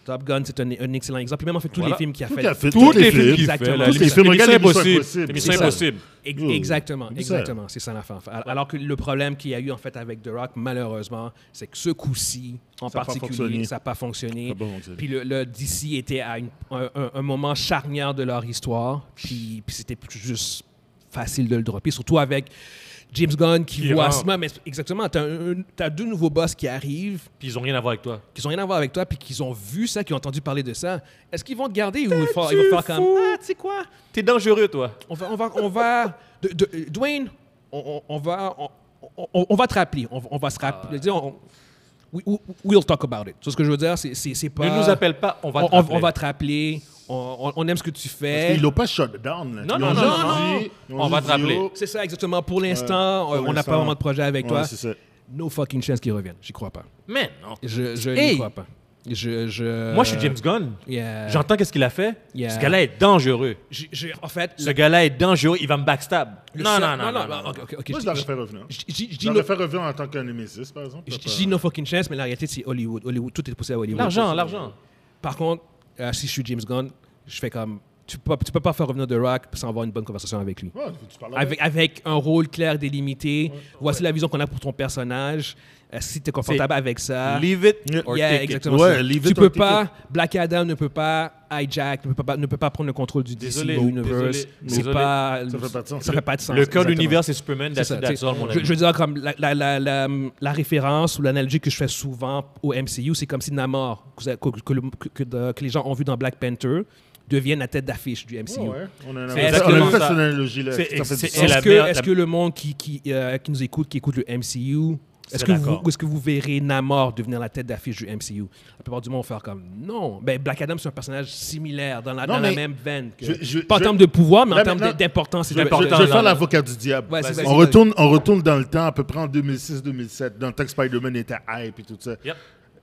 Top Gun, c'est un, un excellent exemple. Puis même en fait tous Voilà. les films qu'il a Tout fait. qu'il a fait, Tous tous les les films films. qu'il Exactement. fait, là, Tous les l'émission- films, regarde l'émission l'émission Impossible. Impossible. L'émission C'est ça. Impossible. Ex- Oh, Exactement, oublie ça. exactement. C'est ça l'affaire. Alors que le problème qu'il y a eu en fait avec The Rock, malheureusement, c'est que ce coup-ci, en Ça a pas particulier, fonctionné. ça n'a pas fonctionné. Ça a pas fonctionné. Puis le, le D C était à une- un, un- un moment charnière de leur histoire. Puis, puis c'était juste facile de le dropper, surtout avec James Gunn qui, Qui voit rentre. ça. Mais exactement, tu as deux nouveaux boss qui arrivent, Puis ils n'ont rien à voir avec toi. qui n'ont rien à voir avec toi, puis qui ont vu ça, qui ont entendu parler de ça. Est-ce qu'ils vont te garder ou ils vont, ils vont faire comme ah, tu sais quoi? T'es dangereux, toi. On va, on va, on va. de- de- Dwayne, on, on- on va, on, on- on va te rappeler. On, on va se rappeler. Disons, on- we- we- we'll talk about it. C'est ce que je veux dire. C'est, c'est, c'est pas. Ne nous appelle pas, on va on, te on- rappeler. on va te rappeler. On, on- on aime ce que tu Parce fais. qu'ils l'ont pas shut down. là. Non, Ils non, ont non, juste non, non. dit- ils ont On va juste te dit, rappeler. oh, C'est ça, exactement. Pour l'instant, pour euh, on n'a l'instant. pas vraiment de projet avec ouais, toi. c'est ça. No fucking chance qu'ils reviennent. J'y crois pas. Mais non. Je, je Hey! n'y crois pas. Je, je, Moi, je suis James Gunn. Yeah. J'entends qu'est-ce qu'il a fait. Yeah. Ce gars-là est dangereux. J'ai- j'ai- en fait, Ce gars-là est dangereux. Il va me backstab. le Non, seul- non, non, non, non. ok, ok, ok, Moi, je- je l'aurais je- fait revenir. je- je- je Je dis no- l'aurais fait revenir en tant qu'un Nemesis, par exemple. je- Pas- je dis no fucking chance, mais la réalité, c'est Hollywood. Hollywood, tout est poussé à Hollywood. L'argent, l'argent. Par contre, euh, si je suis James Gunn, je fais comme. Tu peux, pas- tu peux pas faire revenir The Rock sans avoir une bonne conversation avec lui. Ouais, tu parles Avec, avec un rôle clair, délimité. Voici la vision qu'on a pour ton personnage. Euh, si tu es confortable avec ça. Leave it or Yeah, take it. exactement. Ouais, ça. leave Tu it peux or take pas. Black Adam ne peut pas hijack, ne peut pas, ne peut pas prendre le contrôle du Désolé, D C Universe. désolé, C'est désolé. pas. Ça fait pas de sens. Ça fait pas de sens. Le cœur de exactement. l'univers, c'est Superman. C'est That's, ça, that's tu sais, all, mon je, ami. je veux dire, comme la, la, la, la, la référence ou l'analogie que je fais souvent au M C U, c'est comme si Namor, que, que, que le- que- que de- que les gens ont vu dans Black Panther, devienne la tête d'affiche du M C U. Ouais, ouais. On a C'est on a exactement fait ça. cette analogie-là. C'est- Ça fait du c'est- sens. c'est la Est-ce que, meilleure- est-ce la- que le monde qui, qui, euh, qui nous écoute, qui écoute le M C U, est-ce C'est que, vous, d'accord. est-ce que vous verrez Namor devenir la tête d'affiche du M C U? La plupart du monde vont faire comme non. Ben, Black Adam, c'est un personnage similaire, dans la, Non, dans la mais même veine. que- je- je- pas en je- termes de pouvoir, mais en Là, termes maintenant- d'importance. Je et vais, de- important je- je vais dans faire la- l'avocat du diable. Ouais, c'est ça, on, c'est- retourne, on retourne dans le temps, à peu près en deux mille six deux mille sept, dans le temps que Spider-Man était hype et tout ça. Yep.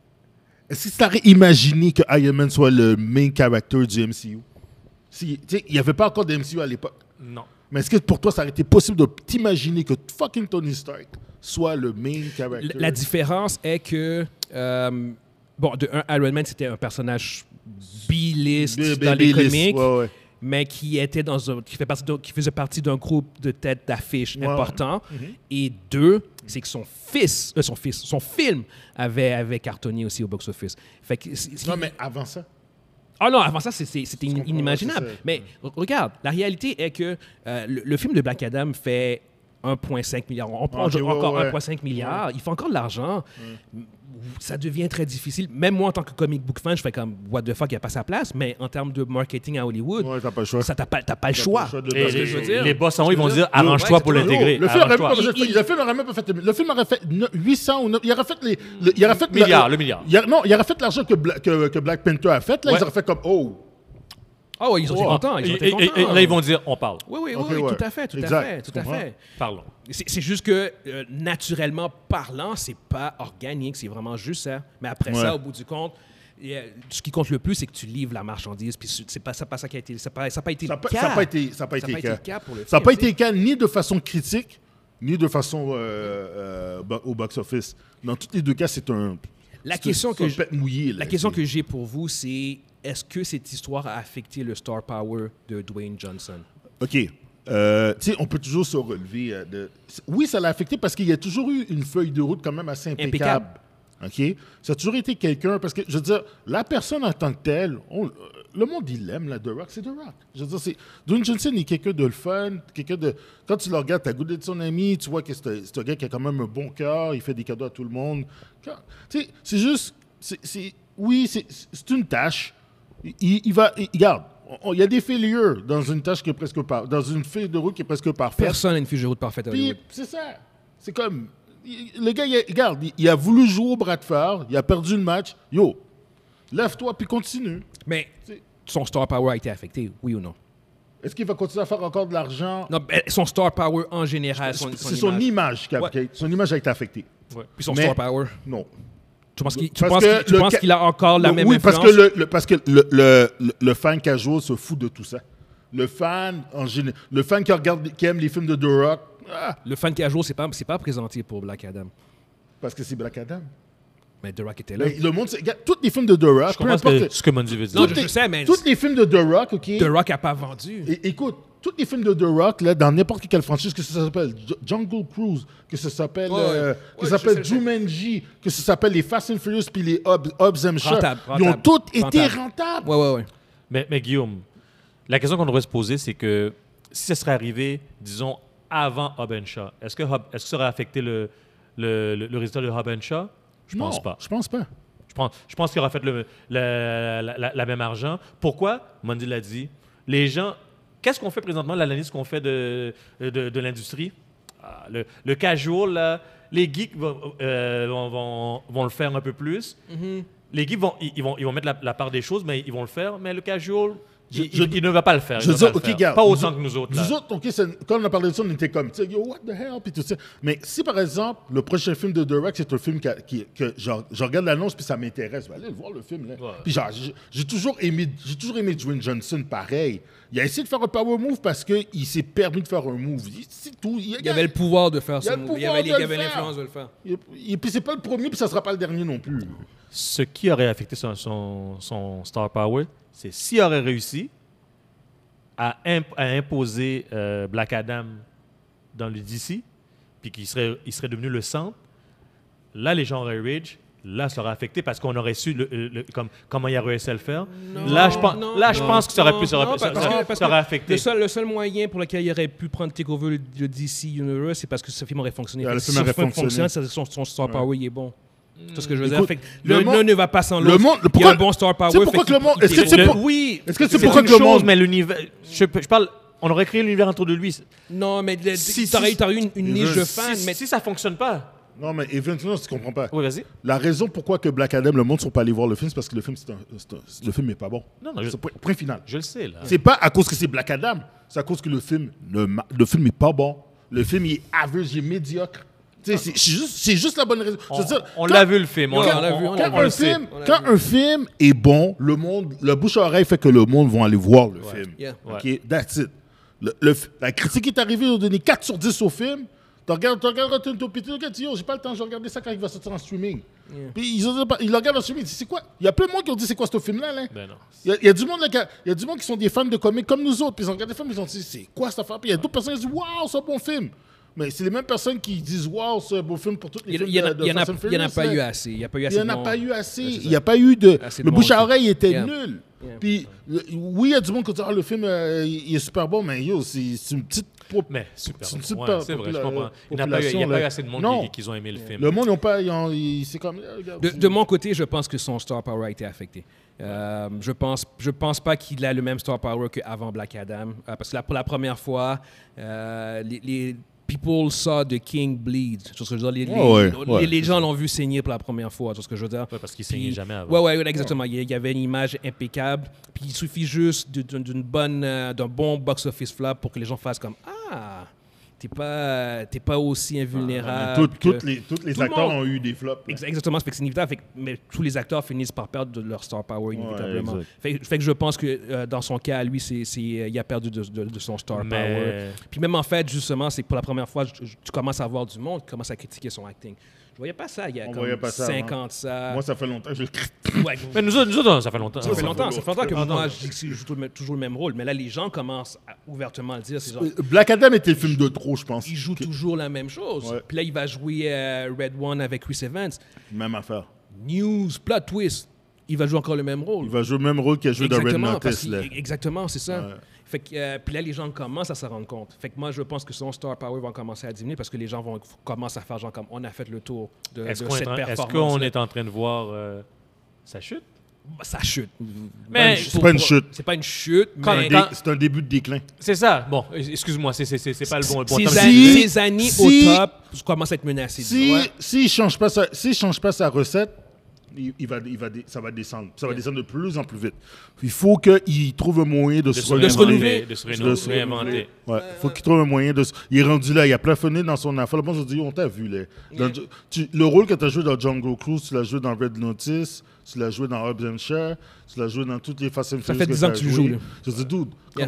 Est-ce que tu aurais imaginé que Iron Man soit le main character du M C U? Si, tu sais, il n'y avait pas encore de M C U à l'époque. Non. Mais est-ce que pour toi, ça aurait été possible de t'imaginer que fucking Tony Stark soit le main character? La, la différence est que, euh, bon, de un, Iron Man, c'était un personnage B-list B- dans B- les B-list, comics, ouais, ouais. mais qui était dans un, qui, fait partie d'un- qui faisait partie d'un groupe de têtes d'affiche Ouais. important. Mhm. Et deux, c'est que son fils, euh, son fils, son film avait, avait cartonné aussi au box-office. Fait que, c'est- c'est- Non, mais avant ça. Ah non, avant ça, c'est- c'est- c'était in- comprends, inimaginable. c'est ça. Mais re- regarde, la réalité est que euh, le, le film de Black Adam fait un virgule cinq milliard. On prend Ok, ouais, encore ouais. un virgule cinq milliard. Il fait encore de l'argent. Ça devient très difficile. Même moi, en tant que comic book fan, je fais comme what the fuck, il n'y a pas sa place. Mais en termes de marketing à Hollywood, Ouais, t'as pas le choix. ça t'as pas, t'as pas le T'as choix. pas le choix de Et le ce que je veux les, dire. les boss en haut, ils vont Je veux dire dire, arrange-toi ouais, pour exactement. l'intégrer. Le film, aurait pas- Arrange-toi. Il- le film n'aurait même pas fait. Le film aurait fait ne- huit cents ou neuf- il aurait fait les. le- il aurait fait Milliard, la- le milliard. il aurait- non, il aurait fait l'argent que, Bla- que, que Black Panther a fait. Là, Ouais. ils auraient fait comme oh. Ah oui, ils ont été Oh. contents. Ils ont Et, été et- et- contents. et là, ils vont dire on parle. Oui, oui, Ok, oui, ouais. tout à fait, tout Exact, à fait, tu tout à comprends? fait. Parlons. C'est c'est juste que, euh, naturellement parlant, c'est pas organique, c'est vraiment juste ça. Mais après Ouais. ça, au bout du compte, il y a- ce qui compte le plus, c'est que tu livres la marchandise. Puis c'est pas ça, pas ça qui a été, ça n'a pas, ça a pas été Ça le n'a pas, cas. ça a pas été, ça a pas Ça été a le pas cas. été le cas pour le Ça n'a film, pas tu été sais. le cas ni de façon critique, ni de façon euh, euh, bo- au box-office. Dans tous les deux cas, c'est un. La c'est- question c'est que un je- pet mouillé, là. La question C'est- que j'ai pour vous, c'est est-ce que cette histoire a affecté le star power de Dwayne Johnson? OK. Euh, tu sais, on peut toujours se relever. euh, de... Oui, ça l'a affecté parce qu'il y a toujours eu une feuille de route quand même assez impeccable. Impeccable. OK? Ça a toujours été quelqu'un, parce que, je veux dire, la personne en tant que telle, on- le monde, il l'aime, là, The Rock, c'est The Rock. Je veux dire, c'est... Dwayne Johnson est quelqu'un de le fun, quelqu'un de... Quand tu le regardes, t'as goût d'être son ami, tu vois que c'est un, c'est un gars qui a quand même un bon cœur, il fait des cadeaux à tout le monde. Quand- Tu sais, c'est juste... c'est- c'est- Oui, c'est, c'est une tâche. Il, il- il va... il- regarde, on- il y a des failures dans une tâche qui est presque par... dans une feuille de route qui est presque parfaite. Personne n'a une fiche de route parfaite à Puis, Hollywood. c'est ça. C'est comme... il- Le gars, il a, regarde, il, il a voulu jouer au bras de fer, il a perdu le match. Yo, lève-toi puis continue. Mais C'est- son star power a été affecté, oui ou non? Est-ce qu'il va continuer à faire encore de l'argent? Non, ben, son star power en général, son, C'est son image qui a, Ouais. qui a- son image a été affectée. Ouais. Puis son Mais- star power. Non. Tu penses qu'il, tu Parce penses que qu'il, tu le penses ca- qu'il a encore la Le- même oui, influence? parce que le, le- parce que le, le, le- le fan casual se fout de tout ça. Le fan, en géné- le fan qui regarde, qui aime les films de The Rock, ah, Le fan casual, c'est pas, c'est pas présenté pour Black Adam. parce que c'est Black Adam. Mais The Rock était là. Mais le monde, c'est- regarde, tous les films de The Rock, Je peu comprends ce importe. que, ce que Mondi veut dire. Non, tous je les- sais, mais Tous les films de The Rock, OK? The Rock a pas vendu. É- écoute, tous les films de The Rock, là, dans n'importe quelle franchise, que ça s'appelle J- Jungle Cruise, que ça s'appelle Ouais, ouais. euh, que Ouais, ça je s'appelle sais, je sais. Jumanji, que ça s'appelle les Fast and Furious puis les Hobbs, Hobbs and Shaw, Rentable, ils ont rentable, tous été rentable. rentables. Ouais, ouais, ouais. Mais, mais Guillaume, la question qu'on devrait se poser, c'est que si ça serait arrivé, disons, avant Hobbs and Shaw, est-ce que, Hob- est-ce que ça aurait affecté le, le, le, le résultat de Hobbs and Shaw? Je Non, pense pas. Je pense pas. Je pense, je pense qu'il aura fait le, la, la, la- la même argent. Pourquoi? Mondi l'a dit. Les gens... Qu'est-ce qu'on fait présentement, l'analyse qu'on fait de, de, de l'industrie? Ah, le, le casual, là, les geeks vont, euh, vont, vont, vont le faire un peu plus. Mm-hmm. Les geeks, vont, ils, ils vont, ils vont mettre la, la part des choses, mais ils vont le faire. Mais le casual, Je- il, je- il- il ne va pas le faire. il Je ne veux va dire, pas OK, le faire. regarde. Pas nous autant autres- que nous autres. Là. Nous autres, OK, c'est- quand on a parlé de ça, on était comme, tu sais, yo, what the hell, puis tout ça. Mais si, par exemple, le prochain film de The Rock, c'est un film qui, a- qui- que genre, je regarde l'annonce, puis ça m'intéresse, je vais aller le voir, le film. Là. Ouais. Puis genre, j'ai- j'ai toujours aimé, j'ai toujours aimé Dwayne Johnson, pareil. Il a essayé de faire un power move parce qu'il s'est permis de faire un move. Il- C'est tout. Il, Il y avait le pouvoir de faire Il y a ce le move. Il y pouvoir avait, de il y le avait faire. l'influence de le faire. il- Et puis c'est pas le premier, puis ça sera pas le dernier non plus. Ce qui aurait affecté son, son, son star power, c'est s'il aurait réussi à, imp- à imposer euh, Black Adam dans le D C, puis qu'il serait, il serait devenu le centre, là, les gens auraient rage. Là, ça aurait affecté parce qu'on aurait su le, le- le- comme, comment il a réussi à le faire. là, je, pense, non, là, je non, pense que ça aurait non, pu, ça aurait, non, ça- parce ça- que- ça parce aurait que affecté. Le seul, le seul moyen pour lequel il aurait pu prendre Takeover le, le D C Universe, c'est parce que ce film aurait fonctionné. Ouais, Fait le que film si aurait ce film fonctionné. fonctionne, ça- son, son star power, il est bon. C'est ce que je veux Écoute, dire. Fait que le l'un monde- l'un ne va pas sans le l'autre. monde- Il y a pourquoi- un bon star power. Tu sais pourquoi fait que le qu'il- monde- il- est-ce que il- tu sais le- pour- Oui. Est-ce que C'est c'est pourquoi une que le chose, monde... mais l'univers. Je, je parle. On aurait créé l'univers autour de lui. Non, mais le- Si- t'aurais si- t'aurais eu une, une il niche veut- de fans. Si, Mais si ça fonctionne pas. Non, mais éventuellement, tu comprends pas. Oui, vas-y. La raison pourquoi que Black Adam, le monde ne sont pas allés voir le film, c'est parce que le film, c'est un, c'est un- le film n'est pas bon. Non, non, je, C'est point, point final. je le sais, là. C'est pas à cause que c'est Black Adam, c'est à cause que le film, le, ma- le film est pas bon. Le film il est average, il est médiocre. Tu sais, C'est c'est juste, c'est juste la bonne raison. Je On, veux dire, on quand- l'a vu, le film. On, Ouais, l'a- on l'a vu, on l'a Quand, vu. un le sait. film, On l'a quand vu. un film est bon, le monde, le bouche à oreille fait que le monde va aller voir le film. Yeah. OK, that's it. Le, le f- la critique est arrivée, ils ont donné quatre sur dix au film. Tu regardes, tu regardes Rotten Tomatoes, tu regardes, yo, j'ai pas le temps, je vais regarder ça quand il va sortir en streaming. Puis ils, ont, ils le regardent en streaming, ils disent, c'est quoi? Il y a plein de monde qui ont dit, c'est quoi ce film-là? Là? Ben non. Il y, a, il y a du monde là, qui a- il y a du monde qui sont des fans de comics comme nous autres, puis ils ont regardé le film, ils ont dit, c'est quoi cette affaire? Puis il y a d'autres personnes qui disent, waouh, c'est un bon film. Mais c'est les mêmes personnes qui disent, waouh, c'est un beau film pour toutes les Il films y en a- de, de il y en a- Fast and il y en a Furious, pas là. eu assez. Il n'y a pas eu Il assez n'y en de a monde. pas eu assez. Ouais, c'est Il ça. n'y a pas eu de. Assez de Le bouche à monde. oreille était Yeah. nul. Yeah. Puis, le- oui, il y a du monde qui dit, ah, le film, euh, il est super bon, mais yo, c'est c'est une petite. pro- Mais super. C'est une Ouais, super c'est vrai, je popula- comprends. Il n'y a, pas eu- il y a population, pas eu là. assez de monde Non. qui, qui ont aimé le film. Le monde, ils ont pas. ils ont- ils- C'est comme. euh, regarde, De, c'est- de mon côté, je pense que son star power a été affecté. Euh, je pense, je pense pas qu'il a le même star power qu'avant Black Adam, euh, parce que là, pour la première fois, euh, les, les people saw the King bleed. Tu vois ce que je veux dire? Les, Ouais, ouais, les- ouais. les- les gens l'ont vu saigner pour la première fois. Tu vois ce que je veux dire? Ouais, parce qu'il saignait Puis- jamais avant. Ouais, ouais, ouais, exactement. Il y- il y avait une image impeccable. Puis il suffit juste de- d'une d'une bonne, euh, d'un bon box-office flop pour que les gens fassent comme ah, t'es pas, t'es pas aussi invulnérable. Tout- que- toutes les, toutes les Tout le acteurs monde. ont eu des flops. là. Ex- Exactement, ça fait que c'est inévitable. Fait que- mais tous les acteurs finissent par perdre de leur star power inévitablement. exact. fait, fait que je pense que euh, dans son cas, lui, c'est, c'est, euh, il a perdu de, de- de son star power. Mais Puis même en fait, justement, c'est pour la première fois, je- je- tu commences à voir du monde qui commence à critiquer son acting. Je voyais pas ça il y a On comme voyait pas ça avant. cinquante ça. Moi, ça fait longtemps que je le critique. Ouais, mais nous autres, nous autres, ça fait longtemps. ça fait ça longtemps, fait ça fait longtemps que longtemps. moi, je, je joue tout le même- toujours le même rôle. Mais là, les gens commencent à ouvertement le dire. C'est genre, Black Adam était le film de trop, je pense. il joue toujours la même chose. Ouais. Puis là, il va jouer euh, Red One avec Chris Evans. Même affaire. News, plot twist. Il va jouer encore le même rôle. Il va jouer le même rôle qu'il a joué dans Red Exactement, parce Notice. Là. qu'il- exactement, c'est ça. Ouais. Fait que, euh, puis là, les gens commencent à s'en rendre compte. Fait que moi, je pense que son star power va commencer à diminuer parce que les gens vont commencer à faire genre comme on a fait le tour de, Est-ce de qu'on est, cette en- est-ce performance. qu'on est en train de voir euh, sa chute? Ça chute. Mais- C'est pas une chute. C'est pas une chute, Quand- mais Dé- C'est un début de déclin. C'est ça. Bon, excuse-moi, c'est, c'est, c'est, c'est pas le bon, le bon ces, terme. années, Si- ces années si- au top commencent à être menacées. Si Ouais. s'il change pas sa, s'il change pas sa recette, il, il va, il va, dé- ça va descendre. Ça va Yeah. descendre de plus en plus vite. Il faut qu'il trouve un moyen de, De se se de se renouveler. renouveler. de se De réno- se réinventer. Ouais, faut qu'il trouve un moyen de. se- Il est rendu là, il a plafonné dans son affaire. Le bon, je dis, on t'a vu là. Dans- tu- le rôle que tu as joué dans Jungle Cruise, tu l'as joué dans Red Notice, tu l'as joué dans Hobbs and Shaw, tu l'as joué dans toutes les Fast and Ça Furious fait dix ans t'as que tu le joué. joues, là. Je dis, dude, Yeah. come on.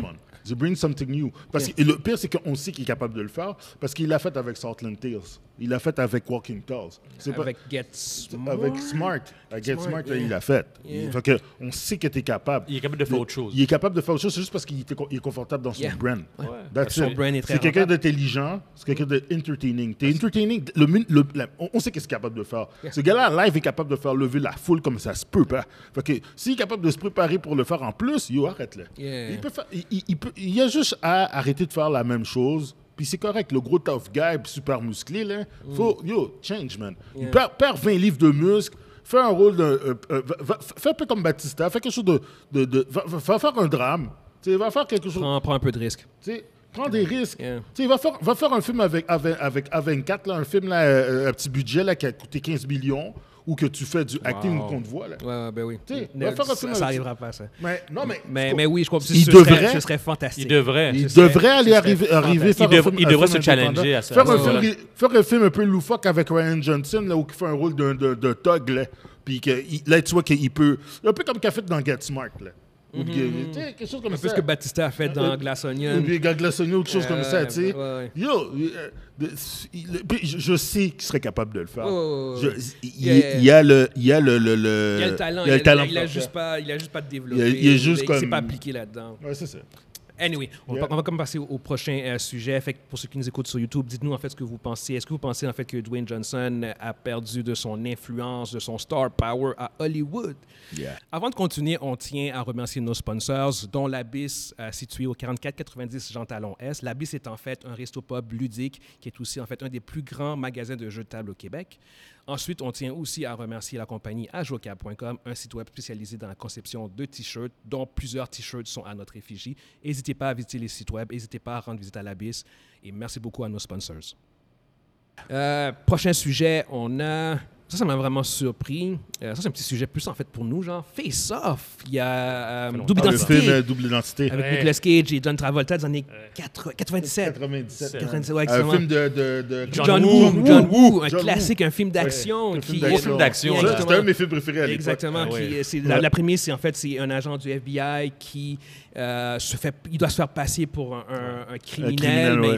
They bring something new. Parce Yeah. que et le pire, c'est qu'on sait qu'il est capable de le faire parce qu'il l'a fait avec Southland Tales. Il l'a fait avec Walking Tales. C'est pas- Avec Get Smart. avec Smart. Avec Get Smart, Smart, yeah. il l'a fait. Yeah. Fait que on sait que tu es capable. Il est capable de faire autre chose. Il est capable de faire autre chose, c'est juste parce qu'il était co- il est confortable dans son Yeah. brand. Ouais. That's Son it. brand est très C'est quelqu'un rentable. d'intelligent, c'est quelqu'un d'entertaining. T'es entertaining. Le, min- le- la- on, on sait qu'est-ce qu'il est capable de faire. Yeah. Ce gars-là, en live, est capable de faire lever la foule comme ça se peut pas. Fait que s'il est capable de se préparer pour le faire en plus, yo, arrête-le. Yeah. Il, peut faire- il, il- il peut, il y a juste à arrêter de faire la même chose. Puis c'est correct, le gros tough guy, puis super musclé, là, faut, yo, change, man. Il Yeah. perd, perd vingt livres de muscles, fais un rôle d'un. euh, euh, va- va- fais un peu comme Batista, fais quelque chose de. de, de va, va- va faire un drame, tu sais, va faire quelque chose. Prends, prends un peu de risque. Tu sais, prends des risques. Yeah. Tu sais, va faire, va faire un film avec, avec, avec A vingt-quatre, là, un film là, euh, à petit budget là, qui a coûté quinze millions, ou que tu fais du acting Wow. qu'on te voit. Là. Ouais, ouais, ben oui. Tu sais, Ne- va faire un ça, film ça avec- arrivera pas, ça. Mais, non, mais, Mais, tu mais oui, je crois que ce, Il ce devrait- serait, ce serait fantastique. Il devrait. Il Ce serait- devrait aller ce serait arriver, arriver fantastique. faire Il un dev- film, il un devrait film se challenger indépendant. à ça. Faire un, Ouais, film, voilà. ri- faire un film un peu loufoque avec Ryan Johnson, là, où il fait un rôle d'un d'un- d'un thug, là. Puis que, il- là, tu vois qu'il peut... Un peu comme qu'il a fait dans Get Smart, là. Ou que- tu sais, quelque chose comme Un peu ça. ce que Batista a fait dans Euh, Glass Ou Onion. bien Gaglassonio, autre chose comme ça, Ouais, tu sais. ouais, ouais. Yo, euh, de- il- puis je, je sais qu'il serait capable de le faire. Ouais, ouais, ouais, Je- ouais. il, Yeah. il y a le... Il y a le, le, le- Il a le talent, il y a le talent il a, pour juste faire. pas, il a juste pas développé. Il a- il est juste il s'est comme- pas appliqué là-dedans. Ouais, c'est ça. Anyway, on, Yeah. va, on va comme passer au, au prochain euh, sujet. Fait que pour ceux qui nous écoutent sur YouTube, dites-nous en fait ce que vous pensez. Est-ce que vous pensez en fait que Dwayne Johnson a perdu de son influence, de son star power à Hollywood? Yeah. Avant de continuer, on tient à remercier nos sponsors, dont l'Abyss, euh, situé au quarante-quatre quatre-vingt-dix Jean Talon Est. L'Abyss est en fait un resto-pub ludique qui est aussi en fait un des plus grands magasins de jeux de table au Québec. Ensuite, on tient aussi à remercier la compagnie ajocab point com, un site web spécialisé dans la conception de t-shirts, dont plusieurs t-shirts sont à notre effigie. N'hésitez pas à visiter les sites web, n'hésitez pas à rendre visite à l'Abyss et merci beaucoup à nos sponsors. Euh, prochain sujet, on a... Ça, ça m'a vraiment surpris. Euh, ça, c'est un petit sujet plus en fait pour nous, genre Face Off. Il y a euh, Double Ah, le Identité film euh, Double Identité. avec Ouais. Nicolas Cage et John Travolta des années quatre- quatre-vingt-dix-sept. quatre-vingt-dix-sept. quatre-vingt-dix-ouais, Un exactement. film de... de, de John John Woo. Woo, John Woo, un John Woo. classique, un film d'action. Ouais, un qui film Gros d'action. film d'action, Yeah, là. Ça, C'était un de mes films préférés à l'époque. Exactement. Ah qui- ouais. c'est- la, la prémisse, c'est en fait, c'est un agent du F B I qui euh, se fait, il doit se faire passer pour un, un- un criminel, criminel, mais ouais.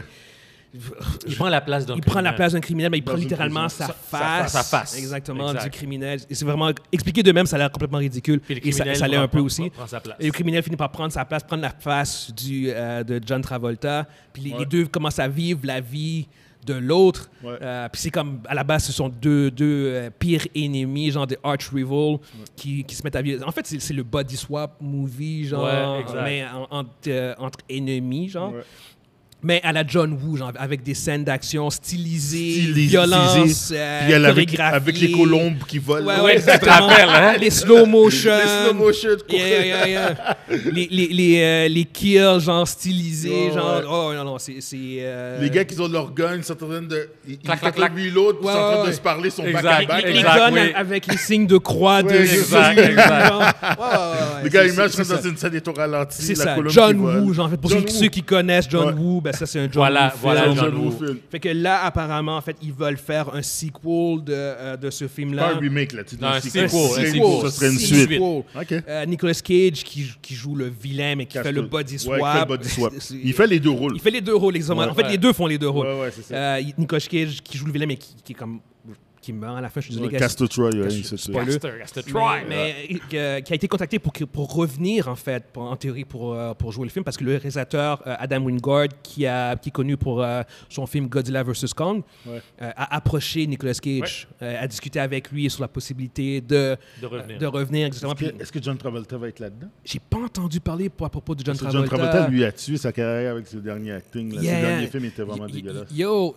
Il prend la place d'un il prend la criminel. place d'un criminel, mais il Dans prend une littéralement prison. sa, Sa- sa face, face, sa face. exactement, Exact. du criminel. Et c'est vraiment expliqué de même, ça a l'air complètement ridicule. Puis le Et ça, criminel ça l'est prend- un peu prend- aussi. prend sa place. Et le criminel finit par prendre sa place, prendre la face du, euh, de John Travolta. Puis les, Ouais. les deux commencent à vivre la vie de l'autre. Ouais. Euh, puis c'est comme, à la base, ce sont deux, deux euh, pires ennemis, genre des arch rivals, qui, qui se mettent à vivre. En fait, c'est c'est le body swap movie, genre, Ouais, exact. mais en- entre, euh, entre ennemis, genre. Ouais. Mais à la John Woo, genre, avec des scènes d'action stylisées, Stylisé- violence, stylisé. euh, Puis elle avec, chorégraphiées. avec les colombes qui volent. Ouais, là. ouais, exactement. hein? Les slow motion. Les slow motion. Yeah, yeah, yeah. les, les, les, euh, les kills, genre, stylisés, Ouais, genre... ouais. Oh, non, non, c'est... c'est, euh, Les gars qui ont leur gun, ils sont en train de. Ils Clac, ils clac, sont en train de clac. reload, puis ils sont en Ouais, train de ouais. se parler, son Exact. back à Les, back. les Exact, guns oui. avec les signes de croix de... Ouais, exact, Jésus, exact. genre. Ouais, ouais, ouais, Les gars, c'est- ils marchent c'est dans ça. une scène est au ralenti. C'est la ça, colombe John qui vole. Woo, genre, en fait, pour John ceux, Woo. ceux qui connaissent John Ouais. Woo, ben ça, c'est un John Voilà, Woo film. voilà, C'est un John John Woo Woo. film. Fait que là, apparemment, en fait, ils veulent faire un sequel de, euh, de ce Pas film-là. un remake, là. Tu dis Non, un un sequel, sequel. un C'est- sequel. Ça serait une Sequel. suite. Sequel. OK. Euh, Nicolas Cage qui, qui joue le vilain, mais qui Casse fait le tout. body Ouais, swap. il fait le body swap. C'est- Il fait les deux rôles. Il fait les deux rôles, exactement. Ouais. En fait, Ouais. les deux font les deux rôles. Ouais, ouais, c'est ça. Euh, il- Nicolas Cage qui joue le vilain, mais qui, qui est comme... qui meurt à la fin, je suis désolé. Ouais, Castor Troy, ouais, Castor- c'est ça. Spoiler. Caster, Caster Troy. Mais, mais, euh, qui a été contacté pour, que- pour revenir, en fait, pour- en théorie, pour, euh, pour jouer le film, parce que le réalisateur euh, Adam Wingard, qui, a, qui est connu pour euh, son film Godzilla versus. Kong, Ouais. euh, a approché Nicolas Cage, euh, a discuté avec lui sur la possibilité de, De revenir. de revenir. Exactement. Est-ce que- Puis, Est-ce que John Travolta va être là-dedans? j'ai pas entendu parler pour- à propos de John Parce que John Travolta. Travolta, lui, a tué sa carrière avec ses derniers acting. là. Yeah. Ses derniers films étaient vraiment Y- y- dégueulasses. Yo,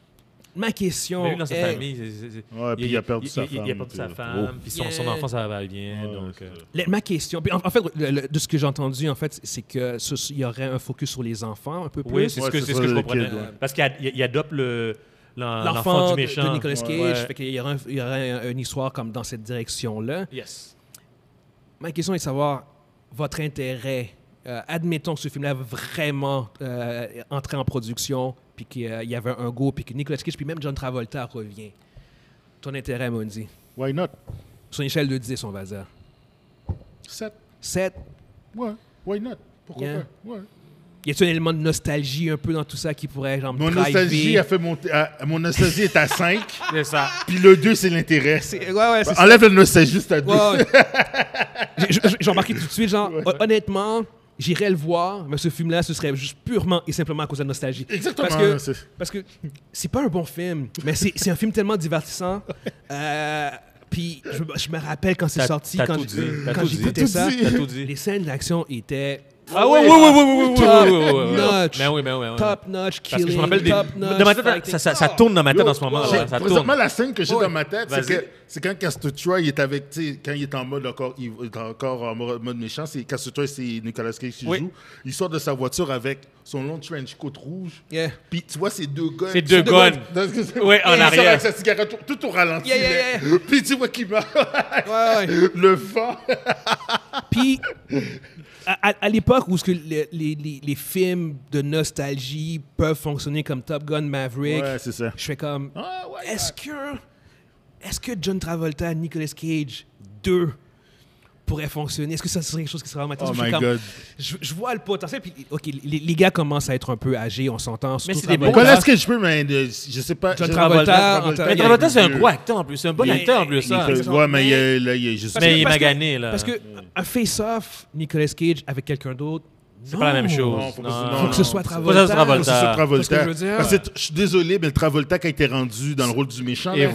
ma question Mais lui, dans sa est- famille, c'est- c'est- c'est- Ouais, puis il a perdu sa il- il- femme. Il a perdu sa puis, femme, oh. puis son, son Yeah. enfant, ça va bien. Ouais, donc, c'est euh, ça. La- ma question, puis en, en fait, le- le- de ce que j'ai entendu, en fait, c'est que ce- il y aurait un focus sur les enfants un peu plus. Oui, c'est ce Ouais, que, c'est c'est ça, ce que je le comprenais. kid, ouais. Parce qu'il a- il il adopte le, l'en- l'enfant L'enfant du de, méchant. de Nicolas Cage, Ouais. fait qu'il y aurait, un- il y aurait un- une histoire comme dans cette direction-là. Yes. Ma question est de savoir votre intérêt. Euh, admettons que ce film-là va vraiment euh, entrer en production, puis qu'il y a- il y avait un go, puis que Nicolas Cage, puis même John Travolta revient. Ton intérêt, Mondi? Why not? Sur une échelle de dix, on va dire. Sept. sept? Ouais. Why not? Pourquoi Yeah. pas? Ouais. y a-t-il un élément de nostalgie un peu dans tout ça qui pourrait genre, me Mon driver? nostalgie a fait monter. à- mon nostalgie est à cinq, C'est ça. puis le deux, c'est l'intérêt. C'est- Ouais, ouais, c'est ça. Enlève le nostalgie juste à deux. Ouais, ouais. J'ai- j'ai j'ai remarqué tout de suite, genre, hon- honnêtement, j'irais le voir, mais ce film-là, ce serait juste purement et simplement à cause de la nostalgie. Exactement. Parce que c'est- parce que c'est pas un bon film, mais c'est c'est un film tellement divertissant. Euh, Puis je, je me rappelle quand c'est T'as- sorti, t'as quand tout j'ai- dit, t'as quand tout j'écoutais dit. ça, T'as tout dit. T'as tout dit. les scènes d'action étaient Ah oui, oui, oui, oui, oui, oui, oui, top oui, oui, oui, oui. notch, Mais oui, mais oui, mais oui. top notch, Parce que je me killing, rappelle des... top notch. Dans ma tête, fighting. ça, ça, ça tourne dans ma tête Yo, en ce moment. j'ai- Là. Ça tourne. présentement, la scène que j'ai Ouais. dans ma tête, c'est Vas-y. que c'est quand Castor Troy il est avec, tu sais, quand il est en mode encore, il est encore en mode mode méchant, c'est Castor Troy, c'est Nicolas Cage qui Oui. joue. Il sort de sa voiture avec son long trench coat rouge. Yeah. Puis tu vois ces deux guns. C'est deux deux guns. Dans ce que c'est- Ouais, en Et il sort arrière. avec sa cigarette tout, tout au ralenti. Yeah, yeah, là. yeah. Puis tu vois qu'il meurt. Ouais, ouais. Le vent. Puis, à, à- à l'époque où ce que les, les- les- les films de nostalgie peuvent fonctionner comme Top Gun Maverick, Ouais, c'est ça. je fais comme, Ah, ouais, est-ce que, est-ce que John Travolta, Nicolas Cage deux pourrait fonctionner? Est-ce que ça serait quelque chose qui serait vraiment Oh intéressant? Je my fais comme- God. Je, je vois le potentiel. Puis, OK, les, les gars commencent à être un peu âgés, on s'entend. Mais surtout c'est des bons Travolta. Nicolas Cage peut, mais euh, je sais pas. John je- Travolta, en tant- Mais il y a- Travolta, c'est un il- gros acteur en plus. C'est un bon il- acteur en il- plus. il- ça. il- ça. Ouais, mais Mais- il est- là, il est juste. Parce Mais que- il est parce que- magané, là. Parce que un face-off, Nicolas Cage avec quelqu'un d'autre, C'est pas la même chose. Non, faut que ce- Non, non, faut que ce non. soit Faut que Travolta. ce soit Travolta. C'est ça, C'est ce que Travolta. je veux dire. Parce que t- je suis désolé, mais le Travolta, quand il était rendu dans le rôle du méchant. Et là,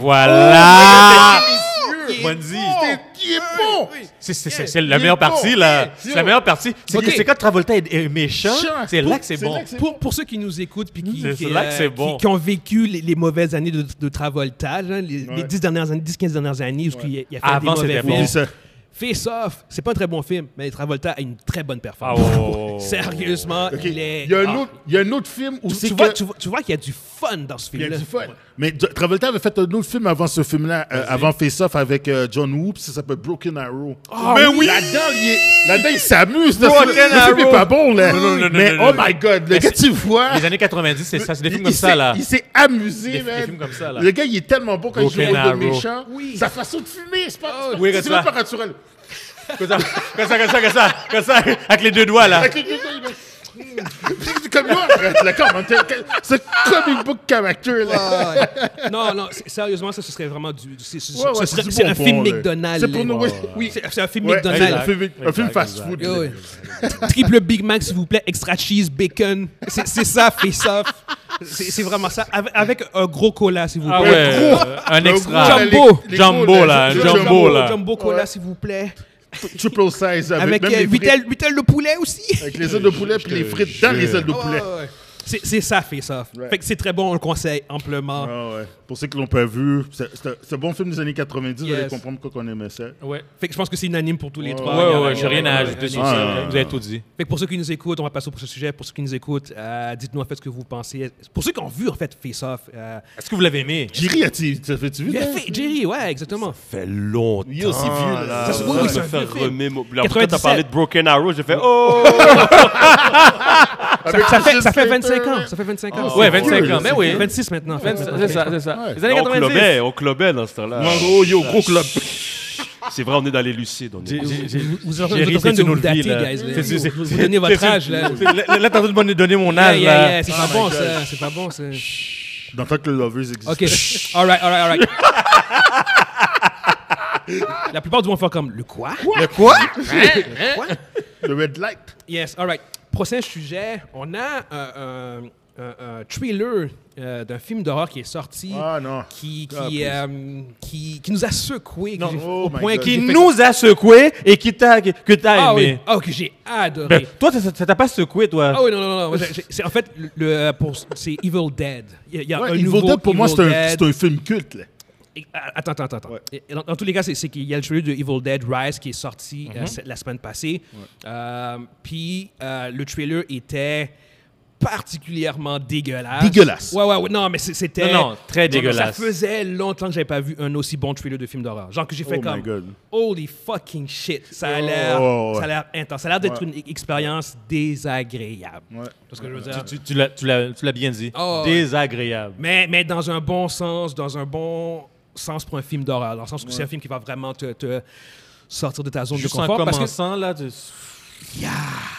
voilà! il est Mondi. bon! Il est bon! C'est c'est- c'est- Yeah. c'est la Il est meilleure bon. partie, là. Yeah. C'est la meilleure partie. C'est Ok. c'est quand Travolta est, est méchant, Méchant. c'est là que c'est C'est bon. là que c'est- Pour, pour ceux qui nous écoutent puis qui, C'est- qui, c'est là que c'est qui- bon. qui ont vécu les, les mauvaises années de, de Travolta, là, les, Ouais. les dix dernières années, dix quinze dernières années, où il, a, il a fait Avant, des mauvais c'était bon. films. Dis ça. Face Off, c'est pas un très bon film, mais Travolta a une très bonne Ah, performance. oh. Sérieusement, Ok. il est. Il y a un ah. autre- il y a un autre film où Tu, c'est tu que. vois, tu, vois, tu vois qu'il y a du fun dans ce Il y a film-là. du fun. Mais Jo- Travolta avait fait un autre film avant ce film-là, euh, avant Face Off avec euh, John Woo, puis ça s'appelle Broken Arrow. Ah mais oui! oui! Là-dedans, il, est- là-dedans, il s'amuse. là. Broken Le film Arrow. est pas bon, là. Non, non, non, mais non, oh non, my non. God, le Mais gars, c'est- tu vois. Les années quatre-vingt-dix, c'est ça. C'est des il- films il comme ça, s'est- là. Il s'est amusé, Des- des man. films comme ça, là. Le gars, il est tellement bon quand il joue Broken le rôle de Arrow. méchant. Oui. Sa façon de fumer, c'est pas, c'est pas, Oui, c'est comme même ça. pas naturel. Comme ça, comme ça, comme ça, comme ça, comme ça, avec les deux doigts, là. Avec les deux gars, il met- C'est comme moi, arrête, là, comment, t'es- c'est comic book character, là. Ah, ouais. Non, non, c'est- sérieusement, ça, ce serait vraiment du. c'est- ce- Ouais, ouais, ce c'est serait- du c'est bon un fond, film là. McDonald's. C'est pour nous, là. oui. oui. C'est c'est un film Ouais, McDonald's. un film, un film Exact, fast-food. Yo, là. ouais. Triple Big Mac, s'il vous plaît, extra cheese, bacon. C'est c'est ça, face off. C'est c'est vraiment ça. Avec, avec un gros cola, s'il vous Ah plaît. ouais, gros. euh, un Le extra. gros, là, les- Jumbo. les Jumbo, gros, là, un le jumbo, là. Jumbo cola, Ouais. s'il vous plaît. Triple size, avec, Avec même euh, les huit frites, ailes huit ailes de poulet aussi. avec les ailes de poulet puis les frites dans les ailes de Ah, poulet. ouais, ouais. C'est c'est ça, face off. Ouais. Fait que c'est très bon, on le conseille amplement. Ah ouais. Pour ceux qui l'ont pas vu, c'est c'est un- c'est un bon film des années quatre-vingt-dix, vous allez Yes. comprendre pourquoi on aimait ça. Ouais. Fait que je pense que c'est unanime pour tous les Ouais, trois. Ouais, Il y a- ouais, ouais, il y j'ai a- rien à ouais, ajouter ouais, sur ouais. ça. Ah. Vous avez tout dit. Fait que pour ceux qui nous écoutent, on va passer au prochain sujet. Pour ceux qui nous écoutent, euh, dites-nous en fait ce que vous pensez. Pour ceux qui ont vu en fait Face Off, euh, Est-ce que vous l'avez aimé? Jerry, as-tu t'as fait-tu vu? il a toi? fait Jerry, ouais, exactement. fait longtemps. Yo, c'est vieux, là. Ça, c'est- oui, oui, me c'est un fait vieux film. remémo- Puis après, quand t'as quatre-vingt-dix-sept. parlé de Broken Arrow, j'ai fait oh! Avec Ça fait, Christian ça fait Slater, vingt-cinq ans. ouais. Ça fait vingt-cinq Ah, ans. c'est Ouais, vingt-cinq vieux, ans, mais c'est oui. vieux. vingt-six maintenant. en fait. C'est ça, c'est ça. Ouais. Les années On quatre-vingt-dix. clubait, on clubait dans ce temps-là. Oh, yo, gros club. C'est vrai, on est dans les lucides. On est... J'ai- j'ai- j'ai- Vous, vous êtes en Jerry, train c'est de une vous autre dater, vie, là. guys. là. C'est- c'est- c'est- Vous, vous donnez votre c'est- âge, là. c'est- Là, là, t'es en train de me donner mon Yeah, âge, yeah, là. yeah, c'est Oh pas my bon, God. ça. C'est pas bon, ça. Dans le temps que le Lovers existe. OK. All right, all right, all right. La plupart du monde font comme, le quoi? Le quoi? Quoi? Le Red Light. Yes, all right. Prochain sujet, on a un, un, un- un trailer euh, d'un film d'horreur qui est sorti, Ah non. qui, qui, Ah, please. euh, qui, qui nous a secoué, que Non, j'ai- oh au my point God. que Qui j'ai fait- nous a secoué et qui t'a, que t'as Ah oui, aimé. ah, que j'ai adoré. Ben, toi, ça ça t'a pas secoué, toi. Ah oui, non, non, non. Moi, j'ai- j'ai- c'est, en fait, le, le- pour, c'est Evil Dead. Il y a, il y a Ouais, un Evil nouveau Dead, pour moi, Evil c'est un, Dead. c'est un film culte. Là. Et, euh, Attends, attends, attends. Ouais. Et Dans, dans tous les cas, c'est, c'est qu'il y a le trailer de Evil Dead Rise qui est sorti euh, cette- la semaine passée. Euh, Puis euh, le trailer était particulièrement dégueulasse. Dégueulasse. Ouais, ouais, ouais. Non, mais c'est- c'était... Non, non, très dégueulasse. Ça faisait longtemps que j'avais pas vu un aussi bon trailer de film d'horreur. Genre que j'ai fait Oh my comme... God. Holy fucking shit. Ça a l'air, Oh, ouais. ça a l'air intense. Ça a l'air d'être Ouais. une e- expérience désagréable. Ouais. Tu vois ce que je veux dire? Tu, tu- tu l'as, tu, l'as, tu l'as bien dit. Oh, Désagréable. Mais, mais dans un bon sens, dans un bon sens pour un film d'horreur. Dans le sens où c'est un film qui va vraiment te, te sortir de ta zone Juste de en confort. Parce que commençant, là, tu... Yeah.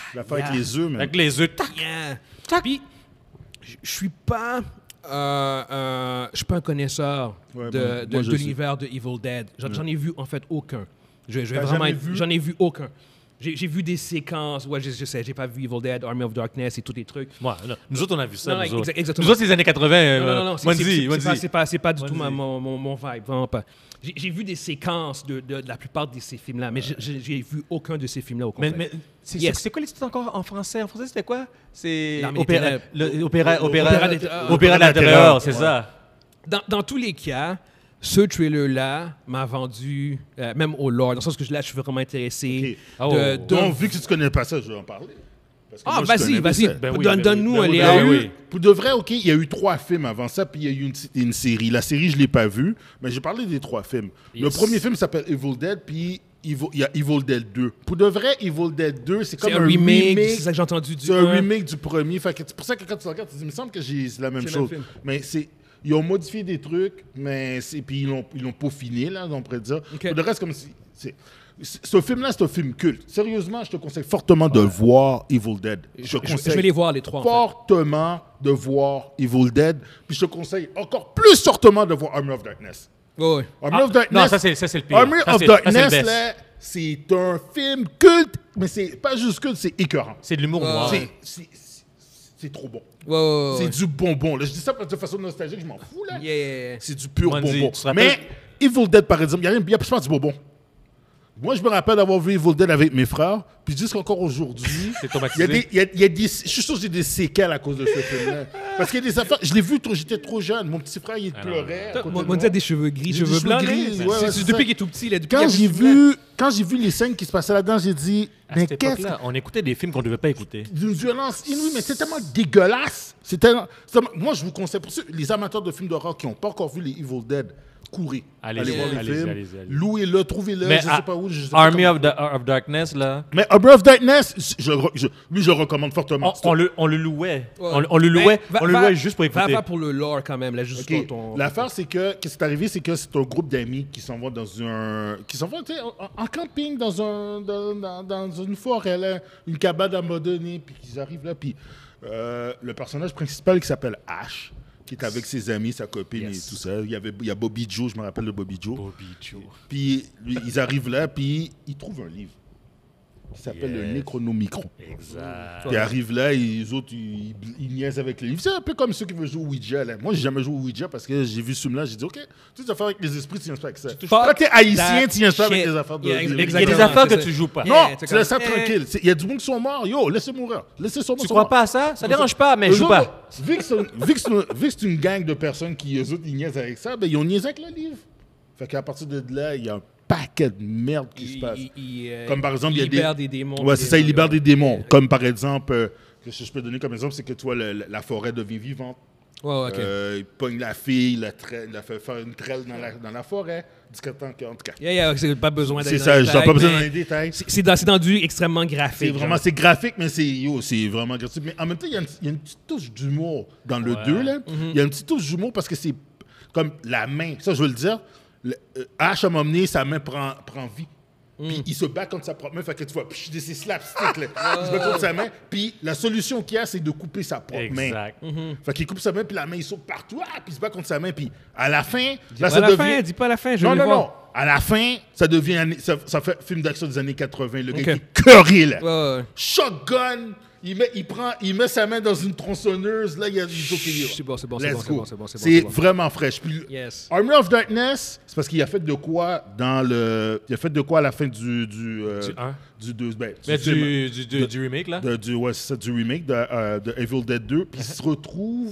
L'affaire Yeah. avec les œufs, man. Avec les œufs, tac. Yeah. Puis, je je suis pas... Euh, euh, je suis pas un connaisseur Ouais, de, moi- de, moi, je de sais. l'univers de Evil Dead. J'en, j'en ai vu en fait aucun. Je, je vais T'as vraiment jamais être- vu? J'en ai vu aucun. J'ai, j'ai vu des séquences. Ouais, je, je sais, j'ai pas vu Evil Dead, Army of Darkness et tous les trucs. Moi, non. Nous autres, on a vu ça. Non, nous, autres. exa- exactement. nous autres, c'est les années quatre-vingts. Non, euh, non, non, c'est, Mondi, c'est, c'est, Mondi. c'est pas, c'est pas, c'est pas du Mondi. tout ma- mon, mon, mon vibe, vraiment pas. J'ai, j'ai vu des séquences de, de, de la plupart de ces films-là, mais j'ai, j'ai j'ai vu aucun de ces films-là au complet. Mais, mais c'est, Yes. c'est quoi les titres encore en français? En français, c'était quoi? C'est L'armée des opéra, ténèbres. le, opéra, opéra, Opéra des- euh, opéra de l'intérieur, c'est ça. Dans, dans tous les cas, ce trailer-là m'a vendu, euh, même au lore, dans le sens que là, je suis vraiment intéressé. Ok. De, Oh. de- Donc, vu que tu ne connais pas ça, je vais en parler. Parce que Ah, moi, je vas-y, connais vas-y. ça. Ben oui, Donne- ben Donne-nous oui, ben un oui, Il y Léa. a ben eu- oui. Pour de vrai, OK, il y a eu trois films avant ça, puis il y a eu une, une série. La série, je ne l'ai pas vue, mais j'ai parlé des trois films. Le Yes. premier film s'appelle Evil Dead, puis Evil- il y a Evil Dead deux. Pour de vrai, Evil Dead deux, c'est comme C'est un un remake, remake. c'est ça que j'ai entendu du C'est un un. remake du premier. Fait que c'est pour ça que quand tu le regardes, tu te dis, il me semble que j'ai- c'est la même C'est le même chose. film. Mais c'est... Ils ont modifié des trucs, mais c'est... puis ils l'ont, ils l'ont peaufiné, là, on pourrait dire. Ok. Pour le reste, comme si... c'est- c'est- Ce film-là, c'est un film culte. Sérieusement, je te conseille fortement de voir Evil Dead. Je, Je, te je- conseille je vais les voir, les trois, en fait. fortement de voir Evil Dead. Puis je te conseille encore plus fortement de voir Army of Darkness. Ouais, ouais. Army Ah, of Darkness, non, ça, c'est, ça, c'est le pire. Army Ça, of c'est- ça, c'est le Darkness, best. là, c'est un film culte, mais c'est pas juste culte, c'est écœurant. C'est de l'humour Ouais. noir. C'est, c'est, c'est- c'est trop bon. Ouais, ouais, ouais, C'est ouais. du bonbon. Là, je dis ça de façon nostalgique, je m'en fous. Là. Yeah, yeah, yeah. C'est du pur Mondi, bonbon. tu te rappelles- Mais Evil Dead, par exemple, il n'y a, rien- il y a pas du bonbon. Moi, je me rappelle d'avoir vu Evil Dead avec mes frères, puis jusqu'encore aujourd'hui, T'es il y traumatisé. a des, il y a, il y a des, je suis sûr que j'ai des séquelles à cause de ce film-là. Parce qu'il y a des affaires, je l'ai vu, trop- j'étais trop jeune. Mon petit frère, il Ah non. pleurait. à côté Mon de mon moi. Dieu a des cheveux gris, J'ai des cheveux cheveux blancs. gris, là. ouais, C'est- ouais, c'est c'est depuis ça. qu'il est tout petit. Là, depuis Quand qu'il j'ai avait ce film-là. vu, quand j'ai vu les scènes qui se passaient là-dedans, j'ai dit, À mais cette qu'est-ce que époque-là, on écoutait des films qu'on ne devait pas écouter. d'une violence inouïe, mais c'est tellement dégueulasse. C'est tellement- c'est tellement- Moi, je vous conseille, pour ceux, les amateurs de films d'horreur qui n'ont pas encore vu les Evil Dead, courez. Allez-y, voir les allez-y, films. allez-y, allez-y. Louez-le, trouvez-le, Mais je à- sais pas où. Je sais pas Army comment- of, the- of Darkness, là, Mais Army of Darkness, je, re- je- lui, je le recommande fortement. on, on le, on le louait. Ouais. On, on le Mais louait, va- on le va- louait juste pour Va, écouter. va pour le lore quand même, là, juste Ok. pour ton... L'affaire, c'est que, qu'est-ce qui est arrivé, c'est que c'est un groupe d'amis qui s'en vont dans un, qui s'en vont, tu sais, en, en camping dans un, dans, dans- dans une forêt, là, une cabane abandonnée, puis qu'ils arrivent là, puis euh, le personnage principal qui s'appelle Ash, qui est avec ses amis, sa copine Yes. et tout ça. Il y avait, il y a Bobby Joe, je me rappelle de Bobby Joe. Bobby Joe. Puis lui, ils arrivent là, puis ils trouvent un livre qui s'appelle Yes. le Necronomicon. Exact. Puis ils arrivent là, et les autres, ils, ils niaisent avec le livre. C'est un peu comme ceux qui veulent jouer au Ouija. Là. Moi, j'ai jamais joué au Ouija parce que j'ai vu ce film-là, j'ai dit, OK, toutes les affaires avec les esprits, tu viens pas avec ça. Quand t'es haïtien, tu viens pas avec shit. les affaires de... Yeah, de- Il y a exactement, des affaires c'est que ça. tu joues pas. Yeah. Non, c'est tu comme- laisses ça Eh. tranquille. C'est- Il y a du monde qui sont morts. Yo, laissez mourir. Laissez ça Tu crois pas à ça? Ça dérange pas, mais Eux joue autres, pas. Vu que c'est vu que c'est une- vu que c'est une gang de personnes qui, eux autres, ils niaisent avec ça, ben, ils ont niaisé avec le livre. Fait qu'à partir de là, il y a un paquet de merde qui se Il- passe. il- il, euh, Comme par exemple, il y a des- libère des démons. Ouais, c'est ça, il libère des démons. Ouais, Comme par exemple, euh, que je peux donner comme exemple, c'est que tu vois, le- le- la forêt devient vivante. ouais, ok. Euh, il pogne la fille, la tra- il la fait faire une traîne dans la, dans la forêt. Discrètement, en tout cas. Yeah, yeah, c'est pas besoin d'aller C'est dans ça, les j'ai détails, pas besoin mais dans les détails. C'est c'est dans, c'est dans du extrêmement graphique. C'est vraiment, genre. c'est graphique, mais c'est yo, c'est vraiment graphique. Mais en même temps, il y, a une- il y a une petite touche d'humour dans le Ouais. deux, là. Mhm. Il y a une petite touche d'humour parce que c'est comme la main. Ça, je veux le dire. Le, euh, Ash, à un moment donné, sa main prend, prend vie. Mm. Puis il se bat contre sa propre main. Fait que tu vois, puis c'est slapstick, là. Il se bat contre sa main. Puis la solution qu'il y a, c'est de couper sa propre main. Exact. Fait qu'il coupe sa main, puis la main, il saute partout. Ah, puis il se bat contre sa main. Puis à la fin, là, à ça la devient... fin, dis pas à la fin, je Non, veux non, le non. voir. À la fin, ça devient... année- Ça, ça fait film d'action des années quatre-vingts. Le gars Ok. qui est curé, là. Ouais, ouais, ouais. Shotgun, il met, il, prend, il met sa main dans une tronçonneuse, là, il y a du C'est bon, c'est bon, c'est Let's bon, c'est go. bon, c'est bon, c'est bon, C'est c'est bon. vraiment fraîche. Puis, Yes. Army of Darkness, c'est parce qu'il a fait de quoi dans le... Il a fait de quoi à la fin du... Du, euh, Du un. du deux, ben, Mais du, du, du, du, du remake, là? de- du, ouais, c'est ça, du remake de, euh, de Evil Dead deux, puis il se retrouve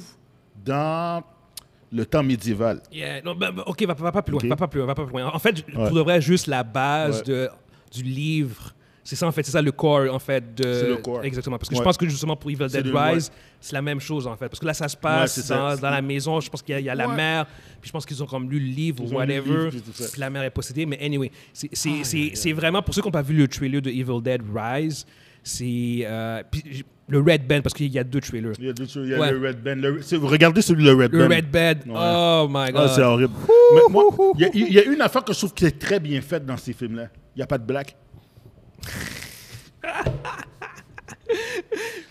dans le temps médiéval. Yeah. Non, ben, ben, ok, va, va pas plus loin, Ok. va pas plus loin, va pas plus loin. En fait, Ouais. pour de vrai, juste la base Ouais. de, du livre, c'est ça en fait, c'est ça le core en fait de. C'est le core. Exactement, parce que je Ouais. pense que justement pour Evil C'est Dead le- Rise, c'est la même chose en fait, parce que là ça se passe Ouais, c'est dans, ça. dans la maison. Je pense qu'il y a, il y a la Ouais. mère, puis je pense qu'ils ont comme lu le livre Ils ou ont lu le whatever, livre, puis tout ça. puis la mère est possédée. Mais anyway, c'est c'est- Aïe, c'est- aïe, c'est vraiment pour ceux qui n'ont pas vu le trailer de Evil Dead Rise, c'est euh, puis j- le Red Band parce qu'il y a deux trailers. Il y a, deux, il y a Ouais. le Red Band. Le- c'est- regardez celui le Red Le Band. Red Band, Ouais. oh my god. Ah, c'est horrible. Mais moi, il y, a- il y a une affaire que je trouve qui est très bien faite dans ces films-là. Il n'y a pas de black.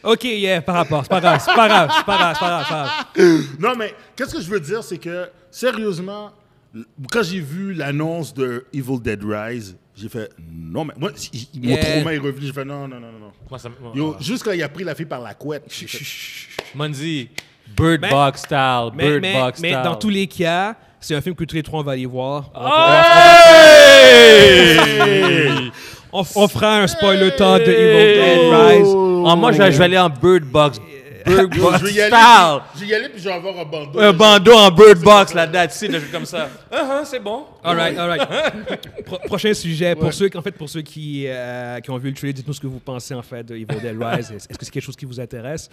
OK, yeah, par rapport. C'est pas grave, c'est pas grave, c'est pas grave, c'est pas grave, c'est pas grave. Non, mais qu'est-ce que je veux dire, c'est que, sérieusement, quand j'ai vu l'annonce de Evil Dead Rise, j'ai fait non, mais moi, il- il- mon Yeah. trauma est revenu. J'ai fait non, non, non, non. non. Moi, ça me- Yo, ah. juste quand il a pris la fille par la couette. j'ai fait, Monzi, Bird Mais- Box style, Mais, Bird mais, Box mais style. dans tous les cas, c'est un film que tous les trois, on va aller voir. On, Hey! on- on fera un spoiler talk de Evil Dead Rise. Ah, moi, je vais je vais aller en Bird Box. Bird Yo, Box je vais y aller. style. Je vais y aller, puis je vais avoir un bandeau. Un bandeau en Bird Box, là, that's it, un truc comme ça. Ah, ah, c'est bon. All right, all right. Pro- prochain sujet. Pour Ouais. ceux, en fait, pour ceux qui, euh, qui ont vu le trailer, dites-nous ce que vous pensez en fait de Evil Dead Rise. Est-ce que c'est quelque chose qui vous intéresse?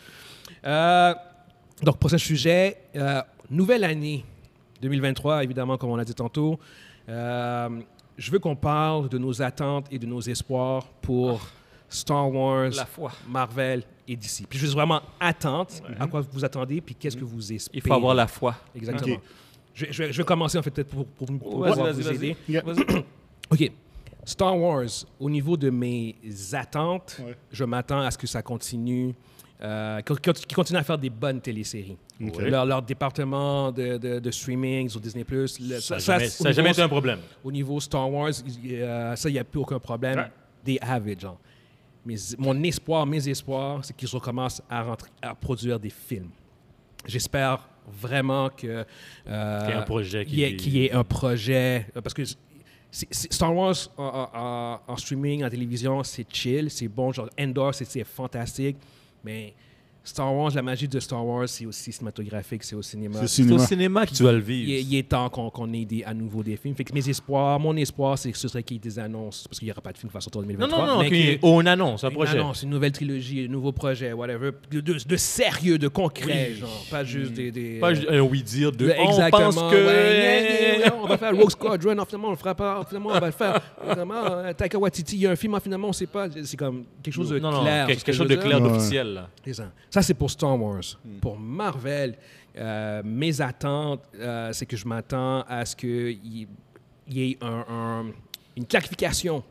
Euh, donc, prochain sujet. euh, nouvelle année deux mille vingt-trois, évidemment, comme on l'a dit tantôt. Euh, je veux qu'on parle de nos attentes et de nos espoirs pour Star Wars, La foi. Marvel et D C. Puis je veux vraiment attente, à quoi vous attendez, puis qu'est-ce que vous espérez. Il faut avoir la foi. Exactement. Ok. Je, je vais, je vais commencer, en fait, peut-être pour, pour, pour Vas-y, pouvoir vas-y, vous vas-y. aider. Yeah. Vas-y. OK. Star Wars, au niveau de mes attentes, Ouais. je m'attends à ce que ça continue, euh, qu- qu- qu'ils continuent à faire des bonnes téléséries. Ok. Leur, leur département de, de, de streaming sur Disney+, le- Ça ça, n'a jamais, au ça a jamais niveau- été un problème. au niveau Star Wars, il- euh, ça, il n'y a plus aucun problème. Ouais. Des have it, genre. Mais mon espoir, mes espoirs, c'est qu'ils recommencent à, rentrer, à produire des films. J'espère vraiment que... euh, Qu'il y ait un projet qui- qu'il y ait- qu'il y ait un projet. euh, Parce que c'est- c'est- Star Wars en, en- en- en streaming, en télévision, c'est chill, c'est bon. Genre, Endor, c'est c'est fantastique. Mais Star Wars, la magie de Star Wars, c'est aussi cinématographique, c'est au cinéma. C'est C'est au cinéma. cinéma que tu dois le Il est, vivre. il est temps qu'on qu'on ait des, à nouveau des films. Fait que mes espoirs, mon espoir, c'est que ce serait qu'il y ait des annonces, parce qu'il n'y aura pas de film qui va sortir en Non, deux mille vingt-trois. non, non, mais qu'il y ait- qu'il y ait on annonce un une projet. annonce, une nouvelle trilogie, un nouveau projet, whatever, de, de, de sérieux, de concret, Oui. genre, pas juste des... des Pas euh, ju- un oui-dire de le- on exactement, pense que... ouais, gna, gna, gna, on va faire Rogue Squadron, non, finalement on le fera pas, finalement on va le faire, finalement euh, Taika Waititi, il y a un film, finalement on sait pas, c'est comme quelque chose de Non, non, clair. quelque, c'est ce que quelque je chose veux de dire. clair, Ouais. d'officiel, là. C'est ça. Ça, c'est pour Star Wars. Pour Marvel, euh, mes attentes, euh, c'est que je m'attends à ce qu'il y, y ait un- un- une clarification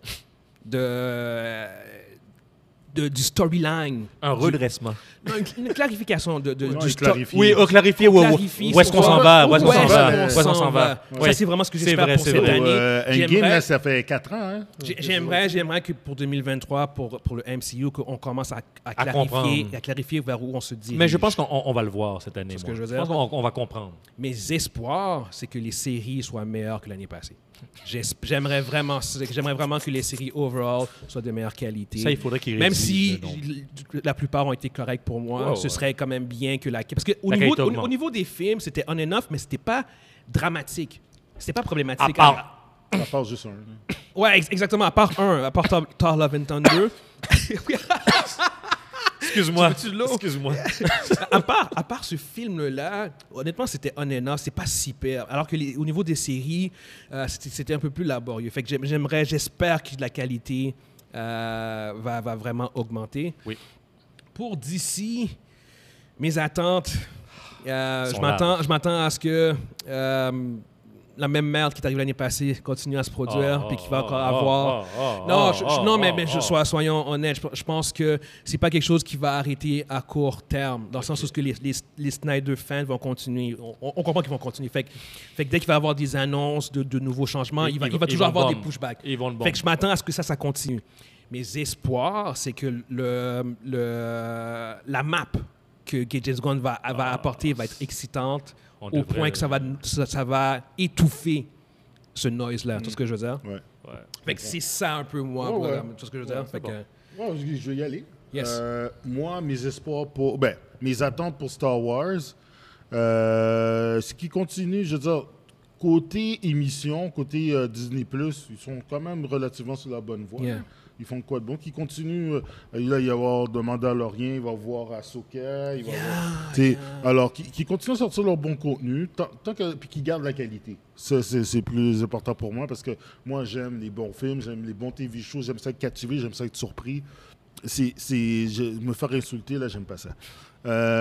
de, de- du storyline. Un Du- redressement. non, une, une clarification de, de- Non, du il sto- clarifie. Oui, on clarifie où, où, clarifie où est-ce qu'on sur- s'en va, où est-ce qu'on où s'en est-ce va, qu'on où est-ce qu'on s'en va. Ça, Oui. c'est vraiment ce que C'est j'espère vrai, pour c'est cette vrai. année. Euh, Endgame, J'aimerais- là, ça fait quatre ans. Hein? J'ai- J'aimerais, j'aimerais que pour deux mille vingt-trois, pour, pour le M C U, qu'on commence à, à clarifier, comprendre. à clarifier vers où on se dirige. Mais je pense qu'on on- on va le voir cette année. C'est ce moi. que je veux Je dire. pense qu'on on va comprendre. Mes espoirs, c'est que les séries soient meilleures que l'année passée. J'es- J'aimerais vraiment, j'aimerais vraiment que les séries overall soient de meilleure qualité. Ça, il faudrait qu'ils Même réussissent, si le nombre. j- la plupart ont été corrects pour moi, Ouais, ce ouais. serait quand même bien que la... Parce qu'au La niveau, qualité au, augmente. au niveau des films, c'était on and off, mais c'était pas dramatique. C'était pas À problématique. part, Ça passe juste un. hein. Ouais, ex- exactement. À part un, à part Thor, Thor Love and Thunder. excuse-moi, Tu veux-tu de l'eau? excuse-moi. à, part, à part ce film-là, honnêtement, c'était on and off, c'est pas si pire. Alors que les- au niveau des séries, euh, c'était c'était un peu plus laborieux. Fait que j'aim- j'aimerais, j'espère que la qualité euh, va, va vraiment augmenter. Oui. Pour D C, mes attentes, euh, Sont je m'attends, je m'attends à ce que euh, la même merde qui est arrivée l'année passée continue à se produire, Oh, puis qu'il va oh, encore oh, avoir. oh, oh, Non, oh, je- je- oh, non, mais, oh, mais je- oh. sois- soyons honnêtes. Je, je pense que c'est pas quelque chose qui va arrêter à court terme, dans le sens où ce que les, les, les Snyder fans vont continuer. On, on comprend qu'ils vont continuer. Fait, que- fait que dès qu'il va y avoir des annonces de, de nouveaux changements, il va, il va ils toujours vont avoir le des bomb. pushbacks. Ils vont le bomb. Fait que je m'attends à ce que ça, ça continue. Mes espoirs, c'est que le, le, la map que, que James Gunn va, va Ah, apporter va être excitante on au devrait- point que ça va, ça, ça va étouffer ce noise-là. Tu vois ce que je veux dire? Ouais. Ouais. Fait que c'est ça un peu moi, Ouais, pour- ouais. tu vois ce que je veux dire? Ouais, Fait que, Ouais, je, je vais y aller. Yes. Euh, moi, mes espoirs pour. Ben, mes attentes pour Star Wars, euh, ce qui continue, je veux dire, côté émission, côté euh, Disney Plus, ils sont quand même relativement sur la bonne voie. Yeah. Ils font quoi de bon? Qui continuent. euh, là, il va y avoir The Mandalorian, il va y avoir Ahsoka, il va y avoir. T'sais, Alors, qui, qui continuent à sortir leur bon contenu, tant, tant que, puis qui gardent la qualité. Ça, c'est, c'est plus important pour moi parce que moi, j'aime les bons films, j'aime les bons T V shows, j'aime ça être captivé, j'aime ça être surpris. C'est, c'est, je me faire insulter, là, j'aime pas ça. Euh,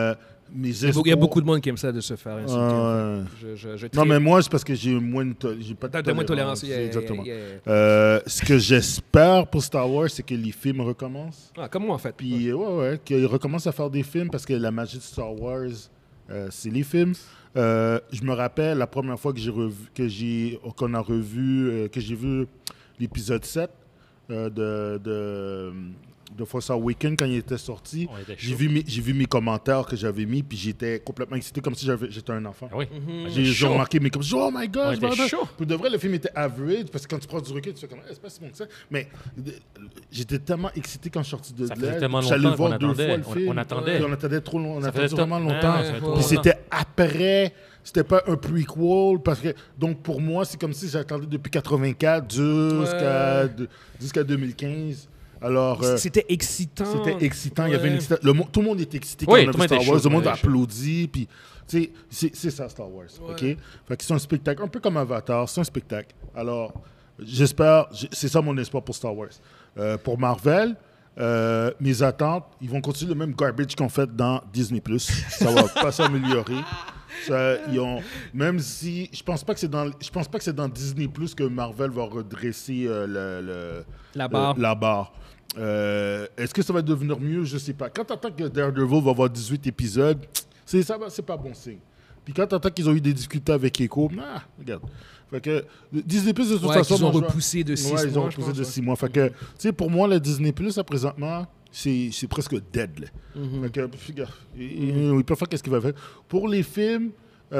mes Il y, a espoirs... beaucoup, il y a beaucoup de monde qui aime ça de se faire insulter. Euh, Je, je, je Non, tri- mais moi, c'est parce que j'ai moins de to- j'ai pas de T'as t'as moins de tolérance. Yeah, yeah, Exactement. yeah, yeah. Euh, ce que j'espère pour Star Wars, c'est que les films recommencent. Ah, comme moi, en fait. Puis, euh, ouais, ouais, qu'ils recommencent à faire des films parce que la magie de Star Wars, euh, c'est les films. Euh, je me rappelle la première fois que j'ai revu, que j'ai, qu'on a revu, euh, que j'ai vu l'épisode sept euh, de, de, de Force Awakens quand il était sorti. On était J'ai chaud. vu, mes, j'ai vu mes commentaires que j'avais mis, puis j'étais complètement excité comme si j'avais, j'étais un enfant. Ah oui. Mhm. J'ai, j'ai chaud. remarqué mes commentaires. Oh my On God! je était me rappelle. chaud. Pour de vrai, le film était average parce que quand tu prends du recul, tu fais comme, Eh, c'est pas si bon que ça. Mais euh, j'étais tellement excité quand je suis sorti de Ça là. faisait tellement J'allais longtemps voir qu'on deux fois attendait. le On- film. on attendait. Puis on attendait trop long- on Ça attendait faisait vraiment top- longtemps. Ouais, ça fait trop Puis longtemps. c'était après. C'était pas un prequel parce que donc pour moi c'est comme si j'attendais depuis quatre-vingt-quatre jusqu'à Ouais. jusqu'à deux mille quinze. Alors euh, C'était excitant. c'était excitant. Il y avait Ouais. une excita- le mo- tout le monde était excité quand Oui, on a tout vu le monde Star était Wars. chaud, Le monde tout le monde était applaudit. Puis, tu sais, c'est c'est ça Star Wars. Ouais. OK? Fait que c'est un spectacle, un peu comme Avatar. C'est un spectacle. Alors, j'espère, j- c'est ça mon espoir pour Star Wars. Euh, pour Marvel, euh, mes attentes, ils vont continuer le même garbage qu'on fait dans Disney plus. Ça va pas s'améliorer. Ça, ils ont, même si je pense pas que c'est dans je pense pas que c'est dans Disney plus que Marvel va redresser euh, le, le- La barre. euh, la barre. Euh, est-ce que ça va devenir mieux? Je sais pas. Quand tu entends que Daredevil va avoir dix-huit épisodes, c'est ça va- c'est pas bon signe. Puis quand tu entends qu'ils ont eu des difficultés avec Echo, ah, regarde. Fait que Disney plus de toute Ouais, façon qu'ils ont moi, je- repoussé de six Ouais, ils ont mois, je repoussé pense, de ouais. six mois. Fait que, tu sais, pour moi, le Disney Plus, là, présentement, c'est c'est presque dead. Là. Mhm. Fait que, puis, regarde, ils, ils- ils peuvent faire qu'est-ce qu'ils veulent faire. Pour les films,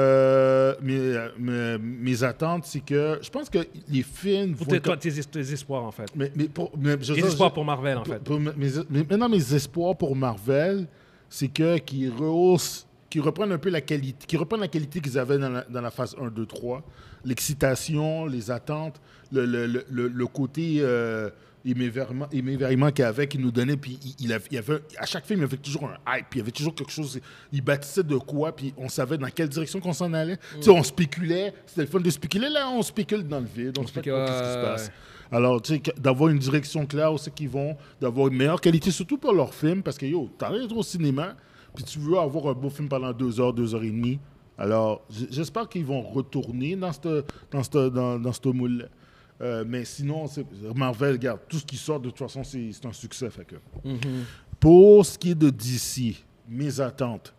euh, mes, mes, mes attentes, c'est que je pense que les films. Pour vont tes, être- toi, tes, es- tes espoirs, en fait. mais, mais pour, mais je veux Tes dire, espoirs je- pour Marvel, en pour- fait. pour mes- mes- mes- maintenant, mes espoirs pour Marvel, c'est que qu'ils rehaussent, qu'ils reprennent un peu la qualité, qu'ils reprennent la qualité qu'ils avaient dans la, dans la phase un, deux, trois. L'excitation, les attentes, le, le, le, le- le côté euh, émerveillement, émerveillement qu'il y avait, qu'il nous donnait. Puis il, il avait, il avait- à chaque film, il y avait toujours un hype, puis il y avait toujours quelque chose. Il bâtissait de quoi, puis on savait dans quelle direction qu'on s'en allait. Tu sais, on spéculait. C'était le fun de spéculer. Là, on spécule dans le vide. On, On sait pas spécule, trop qu'est-ce qui se ouais, passe. ouais. Alors, tu sais, que- d'avoir une direction claire où c'est qu'ils vont, d'avoir une meilleure qualité, surtout pour leurs films, parce que, yo, t'arrives au cinéma, puis tu veux avoir un beau film pendant deux heures, deux heures et demie. Alors, j- j'espère qu'ils vont retourner dans ce dans cette- dans, dans cette moule-là. Euh, mais sinon, c'est- Marvel, regarde, tout ce qui sort, de toute façon, c'est c'est un succès. Fait que. Mhm. Pour ce qui est de D C, mes attentes.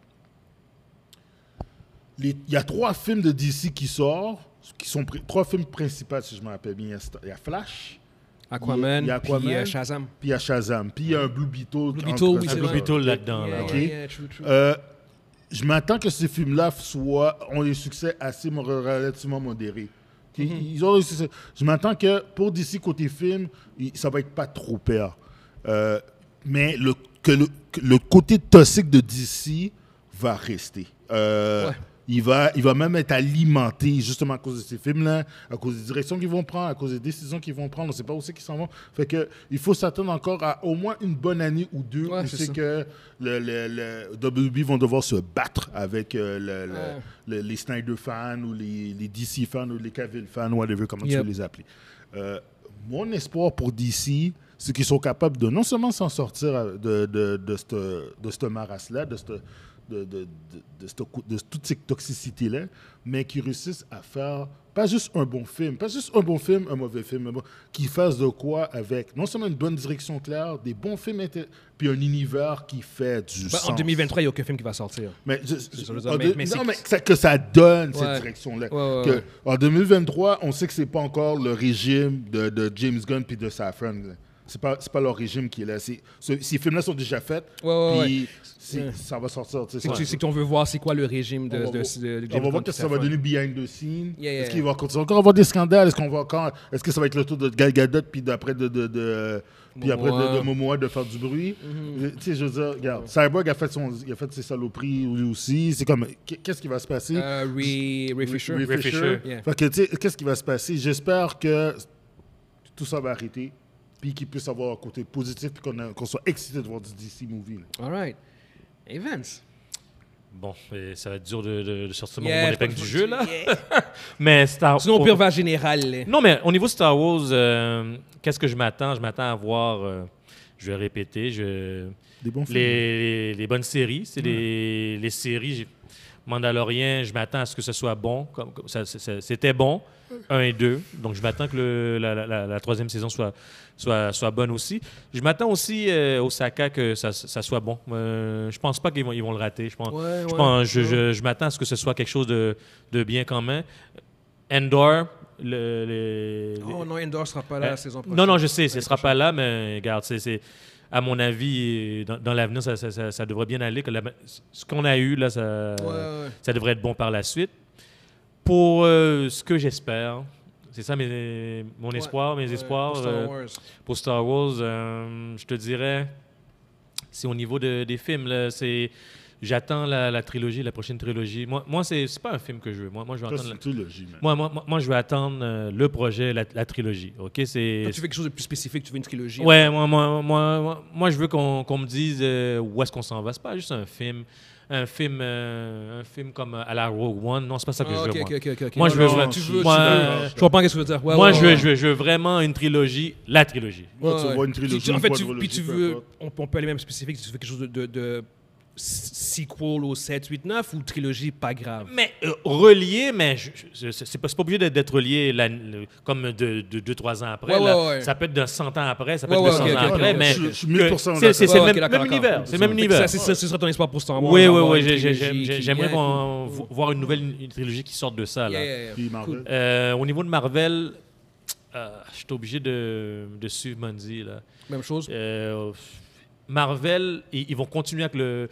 Les- Il y a trois films de D C qui sortent, qui sont pr- trois films principaux, si je me rappelle bien. Il y a Sta- Il y a Flash, Aquaman, Il y a puis Aquaman. euh, Shazam. puis il y a Shazam, puis il y a un Blue Beetle. Blue entre- Beetle, oui, entre- c'est Blue vrai. Beetle là-dedans. Yeah, là, ok. ouais. yeah, true, true. Euh, je m'attends que ces films-là soient, ont des succès assez mo- relativement modérés. Ok? Ils ont des succès. Je m'attends que pour D C côté film, il- ça va être pas trop pire. Euh, mais le, que le, que le côté toxique de D C va rester. Euh, Ouais. Il va, il va même être alimenté justement à cause de ces films-là, à cause des directions qu'ils vont prendre, à cause des décisions qu'ils vont prendre. On ne sait pas où c'est qu'ils s'en vont. Fait que il faut s'attendre encore à au moins une bonne année ou deux Ouais, où c'est c'est ça. que le, le, le W B vont devoir se battre avec euh, le- le- Ouais. le- les Snyder fans ou les, les D C fans ou les Cavill fans, whatever, comment tu Yep. veux les appeler. Euh, mon espoir pour D C, c'est qu'ils sont capables de non seulement s'en sortir euh, de, de, de cette, de cette marasse-là, de cette de, de, de, de, cette cou- de toute cette toxicité-là, mais qui réussissent à faire pas juste un bon film, pas juste un bon film, un mauvais film, mais bon, qui fassent de quoi avec non seulement une bonne direction claire, des bons films, inté- puis un univers qui fait du Ben, sens. en deux mille vingt-trois, il n'y a aucun film qui va sortir. Mais, je- ça, je je- veux dire, en mais- deux- mais c'est non, que- mais que ça, que ça donne Ouais. cette direction-là. Ouais, ouais, Que ouais. En deux mille vingt-trois, on sait que c'est pas encore le régime de, de James Gunn puis de Safran. là. C'est pas, c'est pas leur régime qui est là. C'est- ce- ces films-là sont déjà faits, Ouais, ouais, puis c'est- Ouais. ça va sortir. tu sais, C'est que, ça- tu- c'est qu'on veut voir c'est quoi le régime de, on va de, voir- de- de on James va voir Gunn qu'est-ce que qui ça va fait. donner behind the scene. Yeah, yeah. Est-ce qu'il va continuer encore avoir des scandales? Est-ce qu'on va encore... Est-ce que ça va être le tour de Gal Gadot puis d'après de, de, de- puis après de, Momoa. de Momoa de faire du bruit? Mhm. Tu sais, je veux dire, regarde, Cyborg a fait, son, il a fait ses saloperies lui aussi. C'est comme, qu'est-ce qui va se passer? Euh, Ray, Ray Fisher. Ray Ray Fisher. Fisher. Yeah. Fait que, tu sais, qu'est-ce qui va se passer? J'espère que tout ça va arrêter, puis qu'il puisse avoir un côté positif, puis qu'on a- qu'on soit excité de voir du D C movie. là. All right. Hey, Vince. Bon, et ça va être dur de, de- de sortir mon, Yeah, mon c'est pas épingle le du fun. jeu, là. Yeah. Mais Star Sinon, au au- pire, va général. là. Non, mais au niveau Star Wars, euh, qu'est-ce que je m'attends? Je m'attends à voir... euh, je vais répéter, je... Des bons films. les, les, les bonnes séries, c'est les, les séries. j'ai- Mandalorian, je m'attends à ce que ce soit bon. Comme, comme ça, ça- ça- c'était bon, un et deux. Donc, je m'attends que le- la, la- la- la troisième saison soit, soit, soit bonne aussi. Je m'attends aussi euh, Osaka que ça, ça soit bon. Euh, je pense pas qu'ils vont, ils vont le rater. Je pense, Ouais, je, ouais, pense- je, ouais. je- je m'attends à ce que ce soit quelque chose de, de bien quand même. Endor, le, les- Oh non, Endor sera pas là la Euh, saison prochaine. non, non, je sais, ce ne L'année sera pas prochaine. là, mais regarde, c'est, c'est- à mon avis, dans, dans l'avenir, ça, ça- ça- ça devrait bien aller. Que la- ce qu'on a eu, là, ça, Ouais, ouais. ça devrait être bon par la suite. Pour euh, ce que j'espère, c'est ça mes, mon Ouais, espoir, mes ouais, espoirs pour Star euh, Wars. pour Star Wars, euh, je te dirais, c'est au niveau de- des films. Là, c'est, j'attends la, la trilogie, la prochaine trilogie. Moi, moi c'est, c'est pas un film que je veux. Moi, moi je vais Ça, attendre. c'est la- une trilogie, man. moi, moi, moi, moi, je vais attendre euh, le projet, la, la trilogie. Ok, c'est. Toi, tu veux quelque chose de plus spécifique, tu veux une trilogie. Ouais, moi, moi, moi, moi, moi, je veux qu'on qu'on me dise euh, où est-ce qu'on s'en va. C'est pas juste un film, un film, euh, un film comme euh, à la Rogue One. Non, c'est pas ça que Ah, je veux. ok, moi, ok, ok, ok. Moi, Non, je veux- non, je- tu veux, moi, tu veux. euh, Je comprends ce que tu veux dire. Ouais, moi, ouais, je, veux, ouais. je, veux, je veux vraiment une trilogie, la trilogie. Ouais, Ouais, tu ouais. vois une Tu- trilogie, tu- en une fait, tu, quadrilogie, puis tu peu veux, importe. on, on peut aller même spécifique, tu veux quelque chose de, de, de sequel au sept, huit, neuf ou trilogie pas grave. Mais euh, relié, mais je, je- je- c'est pas, c'est pas obligé d'être- d'être relié la- le- comme de deux trois ans après. Ouais, là. ouais, ouais. Ça peut être de cent ans après, ça peut Ouais, être ouais, de cent ok, ans ok, après, ok. mais Je- je suis que- mille pour cent c'est c'est- c'est d'accord. le Ouais, même, ok, même d'accord, univers. d'accord. C'est le même Fait que univers. ça, c'est ça, ce serait ton espoir pour Star Wars. Oui, oui, d'avoir oui. une j'ai- j'ai- trilogie j'ai- qui- J'aimerais yeah, qu'on cool. vo- voir une nouvelle une trilogie qui sorte de ça. Là. Yeah, yeah, yeah. Puis Marvel. Cool. Euh, au niveau de Marvel, euh, je suis obligé de, de suivre Mondi. Là. Même chose. Euh, Marvel, ils, ils vont continuer avec le,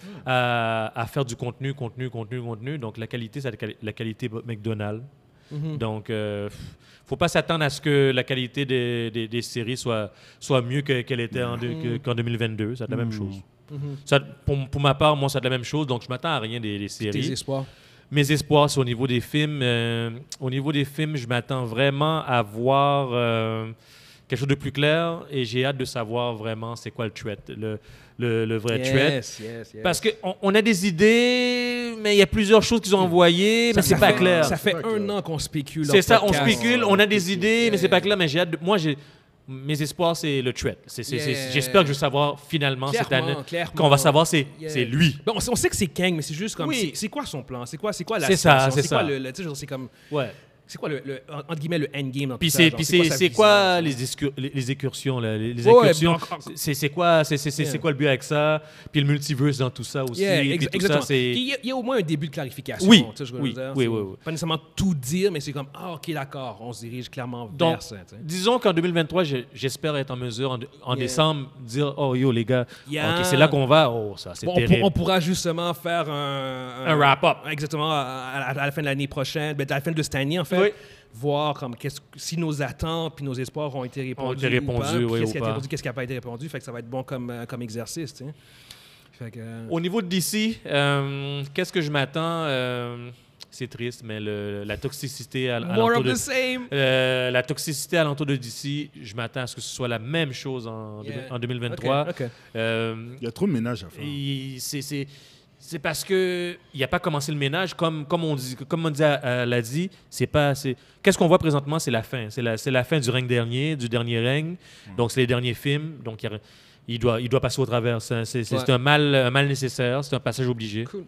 à, à faire du contenu, contenu, contenu, contenu. Donc, la qualité, c'est la, quali- la qualité McDonald's. Mhm. Donc, il ne faut pas s'attendre à ce que la qualité des, des, des séries soit, soit mieux que- qu'elle était en deux- que- qu'en deux mille vingt-deux. C'est la même Mm. chose. Mhm. Ça, pour, pour ma part, moi, c'est de la même chose. Donc, je m'attends à rien des, des séries. Tes espoirs. Mes espoirs, c'est au niveau des films. Euh, au niveau des films, je m'attends vraiment à voir euh, quelque chose de plus clair et j'ai hâte de savoir vraiment c'est quoi le threat, le, le, le vrai threat. Yes, yes, yes. Parce qu'on on a des idées, mais il y a plusieurs choses qu'ils ont envoyées, mais Ça c'est pas fait- clair. Ça fait C'est pas un clair. an qu'on spécule. C'est en ça, on podcast. spécule, on a des idées, mais c'est pas Yeah. clair. Mais j'ai hâte de- moi, j'ai, mes espoirs, c'est le threat. C'est- c'est- c'est- Yeah. J'espère que je vais savoir finalement cette Clairement, année. clairement. Qu'on va savoir, c'est Yeah. c'est lui. Bon, on, sait, on sait que c'est Kang, mais c'est juste comme. Oui. C'est c'est quoi son plan? C'est quoi, c'est quoi la C'est ça, situation? c'est quoi ça. le, le- tu sais, genre, c'est comme. Ouais. C'est quoi le, le- entre guillemets le endgame dans Puis tout ça? c'est genre, puis quoi c'est sa c'est vision, quoi ça? les, escur- les, les incursions là, les, les Ouais, ouais, incursions, mais encore- c'est c'est quoi c'est c'est c'est Yeah. c'est quoi le but avec ça? Puis le multiverse dans tout ça aussi. Yeah, puis ex- tout exactement. ça c'est il, y a, il y a au moins un début de clarification. Oui, tu sais ce que je oui, veux dire. oui, C'est oui, oui. Pas nécessairement tout dire, mais c'est comme ah ok d'accord, on se dirige clairement donc vers ça. tu sais. disons qu'en deux mille vingt-trois, je- j'espère être en mesure en, en Yeah. décembre dire oh yo les gars, Yeah. ok c'est là qu'on va. Oh ça c'est Bon, on, pour- terrible. on pourra justement faire un, Un wrap-up. Exactement, à, à- à la fin de l'année prochaine, ben, à la fin de cette année, en fait, Oui. voir comme qu'est-ce- si nos attentes puis nos espoirs ont été répondus. Ont été ou répondus, pas, puis oui, qu'est-ce ou qui a été pas. répondu, qu'est-ce qui n'a pas été répondu. Fait que ça va être bon comme, euh, comme exercice. tu sais. Fait que, euh, Au niveau de D C, euh, qu'est-ce que je m'attends euh, c'est triste, mais le- la toxicité à, à More l'entour of de the same. euh, la toxicité à l'entour de D C, je m'attends à ce que ce soit la même chose en, Yeah. en deux mille vingt-trois. Ok, ok. Euh, Il y a trop de ménage à faire. Et c'est, c'est, c'est parce que il n'a pas commencé le ménage, comme, comme on dit, comme on dit, euh, l'a dit, c'est pas, c'est, qu'est-ce qu'on voit présentement, c'est la fin. C'est la, c'est la fin du règne dernier, du dernier règne. Donc, c'est les derniers films. Donc, il, y a- il doit, il doit passer au travers. C'est, c'est, c'est Ouais. un, mal, un mal nécessaire, c'est un passage obligé. Cool.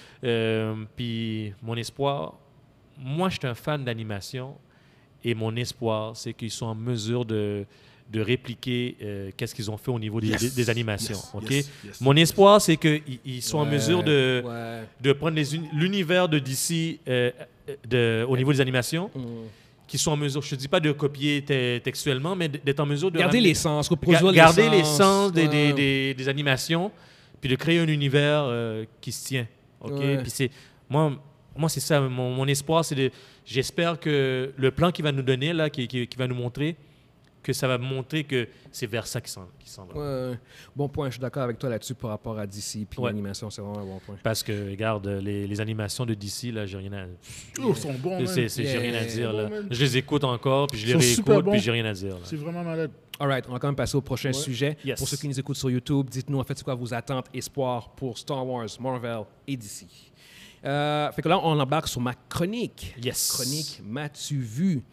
Euh, puis, mon espoir, moi, je suis un fan d'animation et mon espoir, c'est qu'ils soient en mesure de, de répliquer euh, qu'est-ce qu'ils ont fait au niveau des, Yes. des- des animations. Yes. OK? Yes. Yes. Mon espoir, c'est qu'ils ils soient en Ouais, mesure de, ouais. de prendre les uni- l'univers de D C euh, de, au niveau des animations, Mm. qu'ils soient en mesure, je ne dis pas de copier te- textuellement, mais d'être en mesure de Garder ramener- l'essence, ga- reproduire garder l'essence. l'essence des, des- Ouais. des- des animations, puis de créer un univers euh, qui se tient. OK? Ouais. Puis c'est, moi, moi c'est ça, mon, mon espoir, c'est de, j'espère que le plan qu'il va nous donner, là, qui, qui- qui va nous montrer, que ça va montrer que c'est vers ça qu'il s'en, qu'il s'en va. Ouais. Bon point, je suis d'accord avec toi là-dessus par rapport à D C puis Ouais. l'animation, c'est vraiment un bon point. Parce que, regarde, les, les animations de D C, là, j'ai rien à... Oh, ils sont bons, man. C'est, c'est- j'ai rien à Yeah. dire, là. Bon, man. Je les écoute encore, puis je les Ils sont super réécoute, bons. puis j'ai rien à dire, là. C'est vraiment malade. All right, on va quand même passer au prochain Ouais. sujet. Yes. Pour ceux qui nous écoutent sur YouTube, dites-nous en fait c'est quoi vos attentes, espoirs pour Star Wars, Marvel et D C. Euh, fait que là, on embarque sur ma chronique. Yes. Chronique, m'as-tu vu?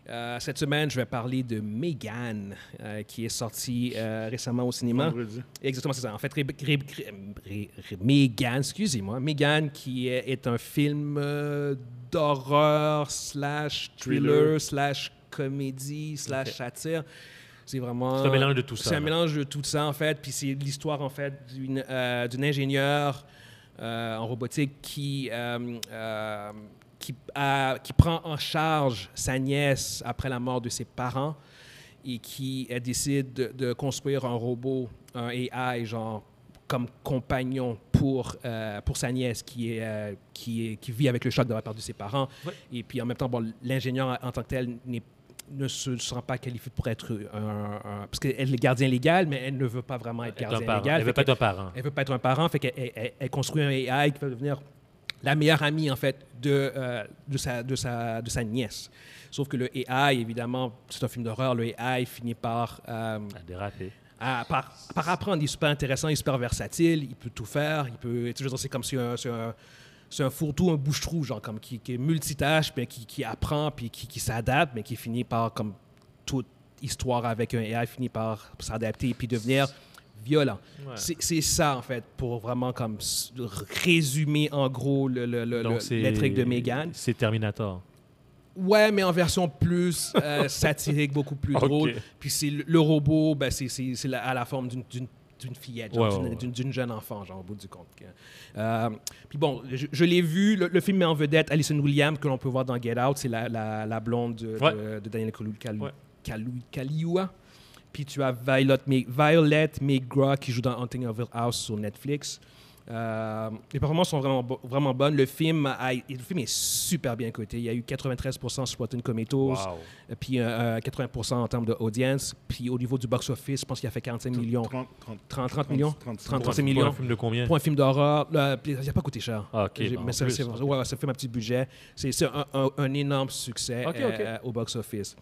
Euh, cette semaine, je vais parler de Megan, euh, qui est sorti euh, récemment au cinéma. Vendredi. Exactement, c'est ça. En fait, Ré- Ré- Ré- Ré- Megan, excusez-moi, Megan, qui est, est un film euh, d'horreur slash thriller, Thriller. slash comédie slash Ok. satire. C'est vraiment... C'est un mélange de tout ça, C'est un là. mélange de tout ça, en fait. Puis c'est l'histoire, en fait, d'une euh, d'une ingénieure euh, en robotique qui... euh, euh, Qui, a- qui prend en charge sa nièce après la mort de ses parents et qui elle décide de, de construire un robot, un A I, genre, comme compagnon pour, euh, pour sa nièce qui, est, euh, qui, est, qui vit avec le choc d'avoir perdu ses parents. Ouais. Et puis, en même temps, bon, l'ingénieur en tant que tel n'est- ne se sent pas qualifié pour être un... un- parce qu'elle est le gardien légal, mais elle ne veut pas vraiment être Être un gardien parent. légal. Elle veut Fait pas être un qu'elle- parent. elle veut pas être un parent, fait qu'elle elle, elle- elle construit un A I qui va devenir la meilleure amie, en fait, de, euh, de, sa, de, sa, de sa nièce. Sauf que le A I, évidemment, c'est un film d'horreur, le A I finit par, euh, À déraper. à- par, par apprendre. Il est super intéressant, il est super versatile, il peut tout faire, il peut... tu sais, je veux dire, c'est comme si un... C'est un c'est un fourre-tout, un bouche-trou, genre, comme qui, qui est multitâche, mais qui, qui apprend, puis qui, qui s'adapte, mais qui finit par, comme toute histoire avec un A I, finit par s'adapter, puis devenir violent. Ouais. C'est c'est ça, en fait, pour vraiment comme s- résumer en gros le, le, le, Donc, le- c'est- l'intrigue de Megan. C'est Terminator. Ouais, mais en version plus euh, satirique, beaucoup plus Ok. drôle. Puis c'est le, le robot, ben, c'est c'est- c'est la- à la forme d'une- d'une d'une fillette, genre, Ouais, d'une ouais, ouais. d'une- d'une jeune enfant, genre, au bout du compte. Euh, puis bon, je, je l'ai vu, le, le film met en vedette Alison Williams, que l'on peut voir dans Get Out, c'est la, la, la blonde de, Ouais. de, de Daniel Kalu- Kalu- Ouais. Kalu- Kaluuya. Puis tu as Violet, Ma- Violet Megra qui joue dans Haunting of Hill House sur Netflix. Euh, les performances sont vraiment, bo- vraiment bonnes. Le film, a- le film est super bien coté. Il y a eu quatre-vingt-treize pour cent sur Rotten Tomatoes, Wow. euh, puis euh, quatre-vingts pour cent en termes d'audience. Puis au niveau du box-office, je pense qu'il a fait quarante-cinq millions. trente, trente, trente, trente millions? trente, trente, Pour un- trente pour millions. un film de combien? Pour un film d'horreur, là, puis il n'a pas coûté cher. Ah, OK. J'ai- bon, mais en ça, plus, c'est, ok. ouais, ça fait un petit budget. C'est, c'est un, un- un énorme succès Ok, euh, ok. euh, au box-office.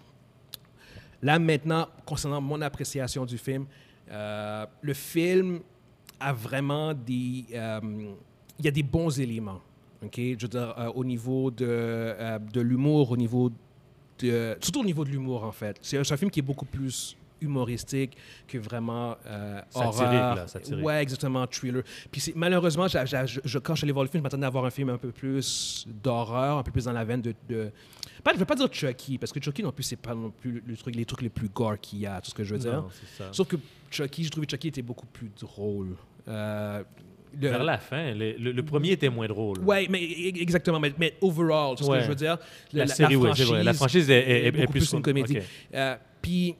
Là, maintenant, concernant mon appréciation du film, euh, le film a vraiment des... euh, il y a des bons éléments, OK? Je veux dire, euh, au niveau de, euh, de l'humour, au niveau de... Surtout au niveau de l'humour, en fait. C'est un, c'est un film qui est beaucoup plus humoristique que vraiment euh, Satirique, horreur. là, satirique. Ouais, exactement, thriller. Puis c'est- malheureusement, j'a- j'a- je, je- quand je suis allé voir le film, je m'attendais à voir un film un peu plus d'horreur, un peu plus dans la veine de... de... Pas, je ne veux pas dire Chucky, parce que Chucky non plus, c'est pas non plus le truc, les trucs les plus gore qu'il y a, tout ce que je veux dire. Non, c'est ça. Sauf que Chucky, je trouvais que Chucky était beaucoup plus drôle. Euh, le- Vers la fin, le, le- le premier était moins drôle. Ouais, mais e- exactement. Mais, mais overall, c'est ce Ouais. que je veux dire. La, série, oui, c'est vrai. La franchise est, est- est beaucoup plus, plus une comédie. Ok. Euh, Puis,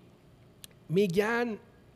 Megan,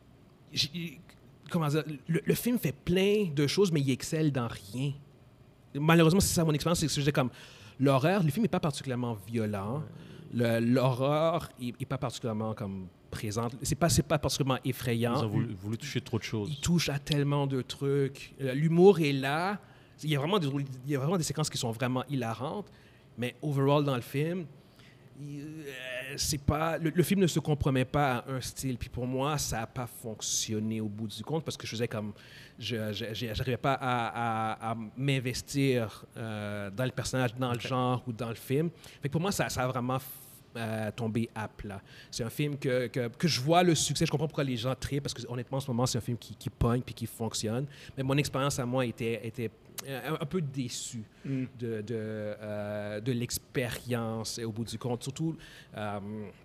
j'ai- comment dire, le, le film fait plein de choses, mais il excelle dans rien. Malheureusement, c'est ça mon expérience, c'est que je dis comme l'horreur, le film n'est pas particulièrement violent. Le- L'horreur n'est pas particulièrement comme présente. C'est pas, c'est pas particulièrement Ils effrayant. ont voulu, voulu toucher trop de choses. Il touche à tellement de trucs. Euh, L'humour est là. Il y, a vraiment des, il y a vraiment des séquences qui sont vraiment hilarantes, mais overall dans le film, il- euh, c'est pas, le, le film ne se compromet pas à un style. Puis pour moi, ça n'a pas fonctionné au bout du compte parce que je faisais comme. Je n'arrivais pas à, à- à m'investir euh, dans le personnage, dans le genre ou dans le film. Fait que pour moi, ça, ça a vraiment euh, tombé à plat. C'est un film que, que, que je vois le succès. Je comprends pourquoi les gens trient parce que honnêtement, en ce moment, c'est un film qui, qui pogne puis qui fonctionne. Mais mon expérience à moi était, était un, un peu déçue Mm. de, de, euh, de l'expérience au bout du compte. Surtout, euh,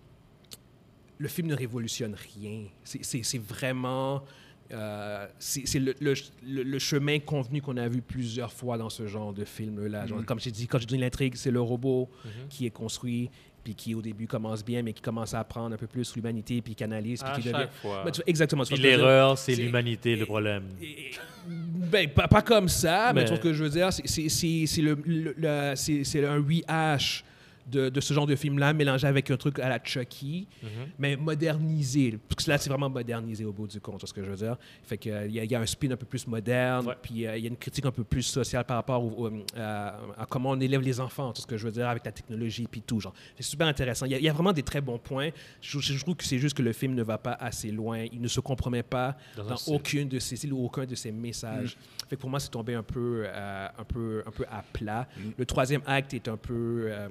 le film ne révolutionne rien. C'est- C'est c'est vraiment... euh, c'est c'est le, le, le- le chemin convenu qu'on a vu plusieurs fois dans ce genre de film-là. Genre, Mhm. Comme j'ai dit, quand j'ai dit l'intrigue, c'est le robot Mhm. qui est construit, puis qui au début commence bien, mais qui commence à apprendre un peu plus l'humanité, puis qui analyse, puis À qui devient... chaque fois. Ben, tu vois, exactement. tu Puis vois ce que je veux dire. l'erreur, c'est C'est- l'humanité, le problème. Et- Ben, pas, pas comme ça, mais, Mais- tu vois ce que je veux dire, c'est- c'est c'est- c'est le, le- le- c'est- c'est un rehash de, de ce genre de film-là, mélangé avec un truc à la Chucky, Mhm. mais modernisé. Parce que là, c'est vraiment modernisé au bout du compte, tu vois ce que je veux dire. Fait qu'il y, a- il y a un spin un peu plus moderne, Ouais. puis euh, il y a une critique un peu plus sociale par rapport au- au- à, à comment on élève les enfants, tu vois ce que je veux dire, avec la technologie, puis tout. Genre. C'est super intéressant. Il y, a, il y a vraiment des très bons points. Je, je trouve que c'est juste que le film ne va pas assez loin. Il ne se compromet pas Dans un dans style. aucune de ses styles ou aucun de ses messages. Fait que pour moi, c'est tombé un peu, euh, un peu, un peu à plat. Mm. Le troisième acte est un peu, euh,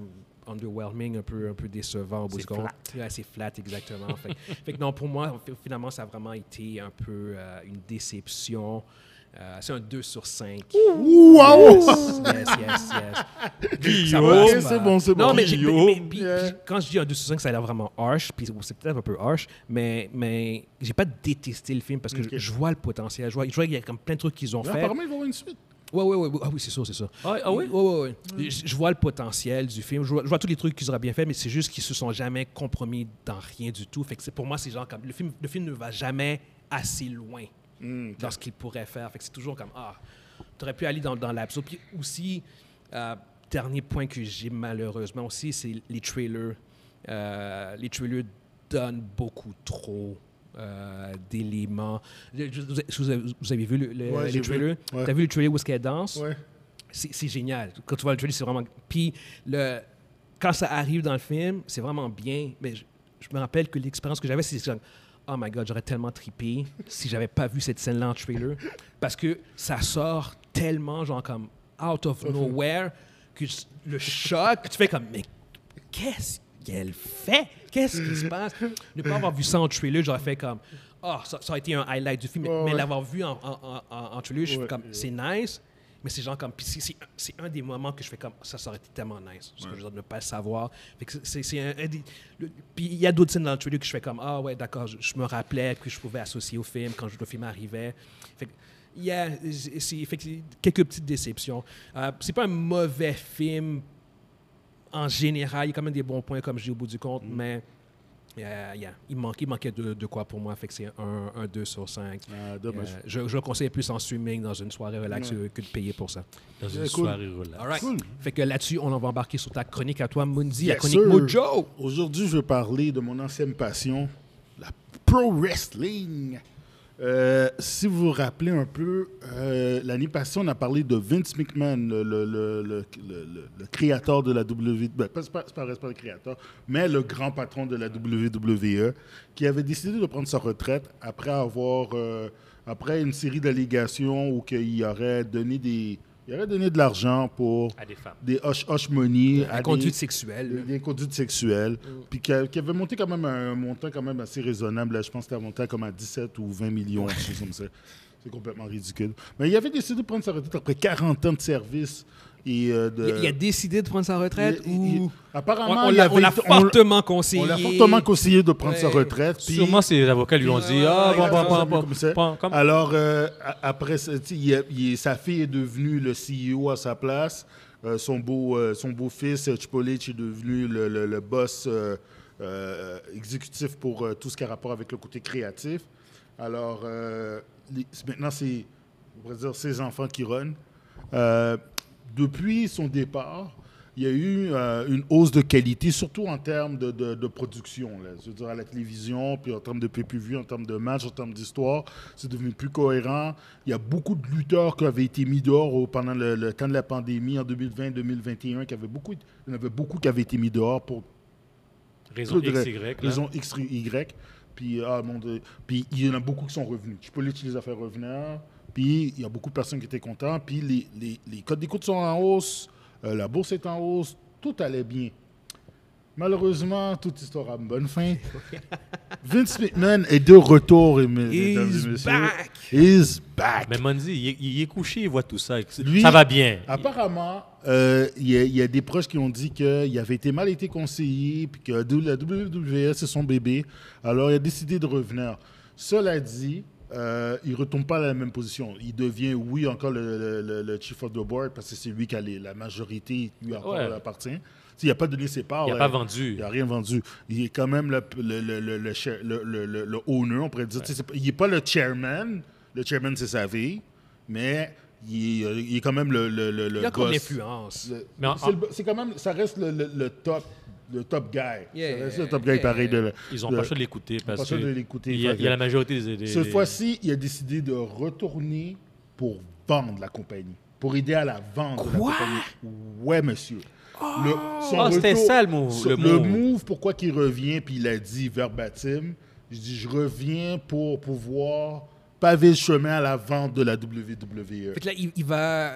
underwhelming, un peu, un peu décevant au bout C'est du compte. flat. Ouais, c'est flat, exactement. fait, fait que non, pour moi, finalement, ça a vraiment été un peu euh, une déception. Euh, c'est un deux sur cinq. Wow! Yes, yes, yes, yes. Guillaume! va, Ok, ça c'est va. bon, c'est bon. Non, mais, j'ai- Guillaume. mais- mais- puis- Yeah. puis quand je dis un deux sur cinq, ça a l'air vraiment harsh, puis c'est peut-être un peu harsh, mais, mais j'ai pas détesté le film parce que Ok. je, je vois le potentiel. Je vois, je vois qu'il y a comme plein de trucs qu'ils ont Là, fait. apparemment, il va y avoir une suite. Oui, oui, oui. Ah oui, c'est ça, c'est ça. Ah, ah oui? Oui, oui, oui. Je, je vois le potentiel du film. Je vois, je vois tous les trucs qu'ils auraient bien fait, mais c'est juste qu'ils se sont jamais compromis dans rien du tout. Fait que c'est, pour moi, c'est genre comme... Le film, le film ne va jamais assez loin Mm, dans ce qu'il pourrait faire. Fait que c'est toujours comme... Ah, tu aurais pu aller dans, dans l'absurde. Puis aussi, euh, dernier point que j'ai malheureusement aussi, c'est les trailers. Euh, les trailers donnent beaucoup trop euh, d'éléments. Je- je- Vous avez, vous avez- vous avez vu le, le- Ouais, j'ai les vu. trailers? Ouais. T'as vu le trailer où est-ce qu'elle danse? Ouais. C'est c'est génial. Quand tu vois le trailer, c'est vraiment... Puis, le... quand ça arrive dans le film, c'est vraiment bien. Mais je, je me rappelle que l'expérience que j'avais, c'est genre, oh my God, j'aurais tellement trippé si j'avais pas vu cette scène-là en trailer. Parce que ça sort tellement, genre, comme out of nowhere, que le choc, tu fais comme, mais qu'est-ce qu'elle fait? Qu'est-ce qui se passe? Ne pas avoir vu ça en trailer, j'aurais fait comme, oh, ça, ça a été un highlight du film. Ouais, mais ouais. l'avoir vu en, en, en, en trailer, je Ouais. fais comme, c'est nice. Mais c'est genre comme. Puis c'est, c'est, c'est un des moments que je fais comme. Ça, ça aurait été tellement nice. Parce que je veux dire, ne pas le savoir. Fait que c'est, c'est un, un des. le- puis il y a d'autres scènes dans le trailer que je fais comme. Ah ouais, d'accord, je, je me rappelais, puis je pouvais associer au film quand le film arrivait. Fait que. Yeah, c'est, c'est- fait que c'est quelques petites déceptions. Euh, c'est pas un mauvais film en général. Il y a quand même des bons points, comme je dis au bout du compte, mais. euh, yeah, il, manquait, il manquait de, de quoi pour moi. Fait que c'est un, un deux sur cinq. Ah, dommage. Euh, je, je le conseille plus en streaming dans une soirée relax Ouais. que de payer pour ça. Dans une Yeah, cool. soirée relax. All right. Cool. Fait que là-dessus, on en va embarquer sur ta chronique à toi, Mundi, la Yes, chronique sir. Mojo. Aujourd'hui, je vais parler de mon ancienne passion, la pro wrestling. Euh, si vous vous rappelez un peu, euh, l'année passée, on a parlé de Vince McMahon, le, le, le, le, le- le- le créateur de la W W E, ben, pas, c'est pas, c'est pas, c'est pas le créateur, mais le grand patron de la W W E, qui avait décidé de prendre sa retraite après avoir, euh, après une série d'allégations où il aurait donné des, il aurait donné de l'argent pour À des femmes. des hush hush money, La à conduite des- sexuelle. des, des conduites sexuelles, puis qui, a- qui avait monté quand même à un montant quand même assez raisonnable. Là, je pense que c'était un montant comme à dix-sept ou vingt millions, quelque chose comme ça. C'est complètement ridicule. Mais il avait décidé de prendre sa retraite après quarante ans de service. Et, euh, de, Il, il a décidé de prendre sa retraite il- ou... il- On, apparemment, on il l'a, avait on l'a été- fortement conseillé. on l'a fortement conseillé de prendre sa Ouais. retraite. puis- Sûrement, ses avocats lui ont Ouais, dit ouais, Ah, ouais, bon, ouais, bon, ouais, bon, ouais, bon, comme ça. bon, comme- Alors, euh, a- après, ça, tu sais, il a- il- sa fille est devenue le C E O à sa place. Euh, son, beau, euh, son beau-fils, euh, Chipolich, est devenu le, le- le boss euh, euh, exécutif pour euh, tout ce qui a rapport avec le côté créatif. Alors, euh, les- maintenant, c'est, on pourrait dire, ses enfants qui runnent. Euh, depuis son départ, il y a eu euh, une hausse de qualité, surtout en termes de, de- de production. Là. Je veux dire, à la télévision, puis en termes de pay per view, en termes de match, en termes d'histoire, c'est devenu plus cohérent. Il y a beaucoup de lutteurs qui avaient été mis dehors au- pendant le, le temps de la pandémie, en deux mille vingt deux mille vingt et un, qui avaient beaucoup, il y en avait beaucoup qui avaient été mis dehors pour Raison peu de X, Y. là. raison X, Y. Puis, ah, mon Dieu. Puis il y en a beaucoup qui sont revenus. Chipolich les a fait revenir. Puis il y a beaucoup de personnes qui étaient contents. Puis les, les, les codes d'écoute sont en hausse. Euh, la bourse est en hausse. Tout allait bien. Malheureusement, toute histoire a une bonne fin. Vince McMahon est de retour, mes- mesdames et He's messieurs. back. He's back. Mais Mondi, il, est- il est couché, il voit tout ça. Lui- ça va bien. Apparemment, euh, il y, a- il y a des proches qui ont dit qu'il avait été mal été conseillé, puis que la W W E, c'est son bébé. Alors, il a décidé de revenir. Cela dit, euh, il ne retombe pas à la même position. Il devient, oui, encore le, le- le- le chief of the board, parce que c'est lui qui a les- la majorité, lui encore Ouais. appartient. Il n'a pas donné ses parts. Il n'a là. pas vendu. Il n'a rien vendu. Il est quand même le, le, le, le, le, chair- le, le- le- le owner, on pourrait dire. Tu sais, c'est pas- Il n'est pas le chairman. Le chairman, c'est sa vie. Mais il est, il est quand même le, le, le, le Il a comme boss. l'influence. Le- Mais en- c'est le- c'est quand même, ça reste le, le, le top, le top guy. Yeah, ça reste yeah, le top guy yeah. pareil. De, Ils n'ont de- pas le choix de l'écouter pas parce le que choix de l'écouter. il y, a, Fait il y a que- la majorité des... des- Cette des- fois-ci, il a décidé de retourner pour vendre la compagnie, pour aider à la vente de la Quoi? compagnie. Ouais, monsieur. Le- son Ah, c'était retour- ça, le move, son- le le move. move, pourquoi qu'il revient, puis il a dit verbatim, je dis, je reviens pour pouvoir paver le chemin à la vente de la W W E. Fait que là, il, il va...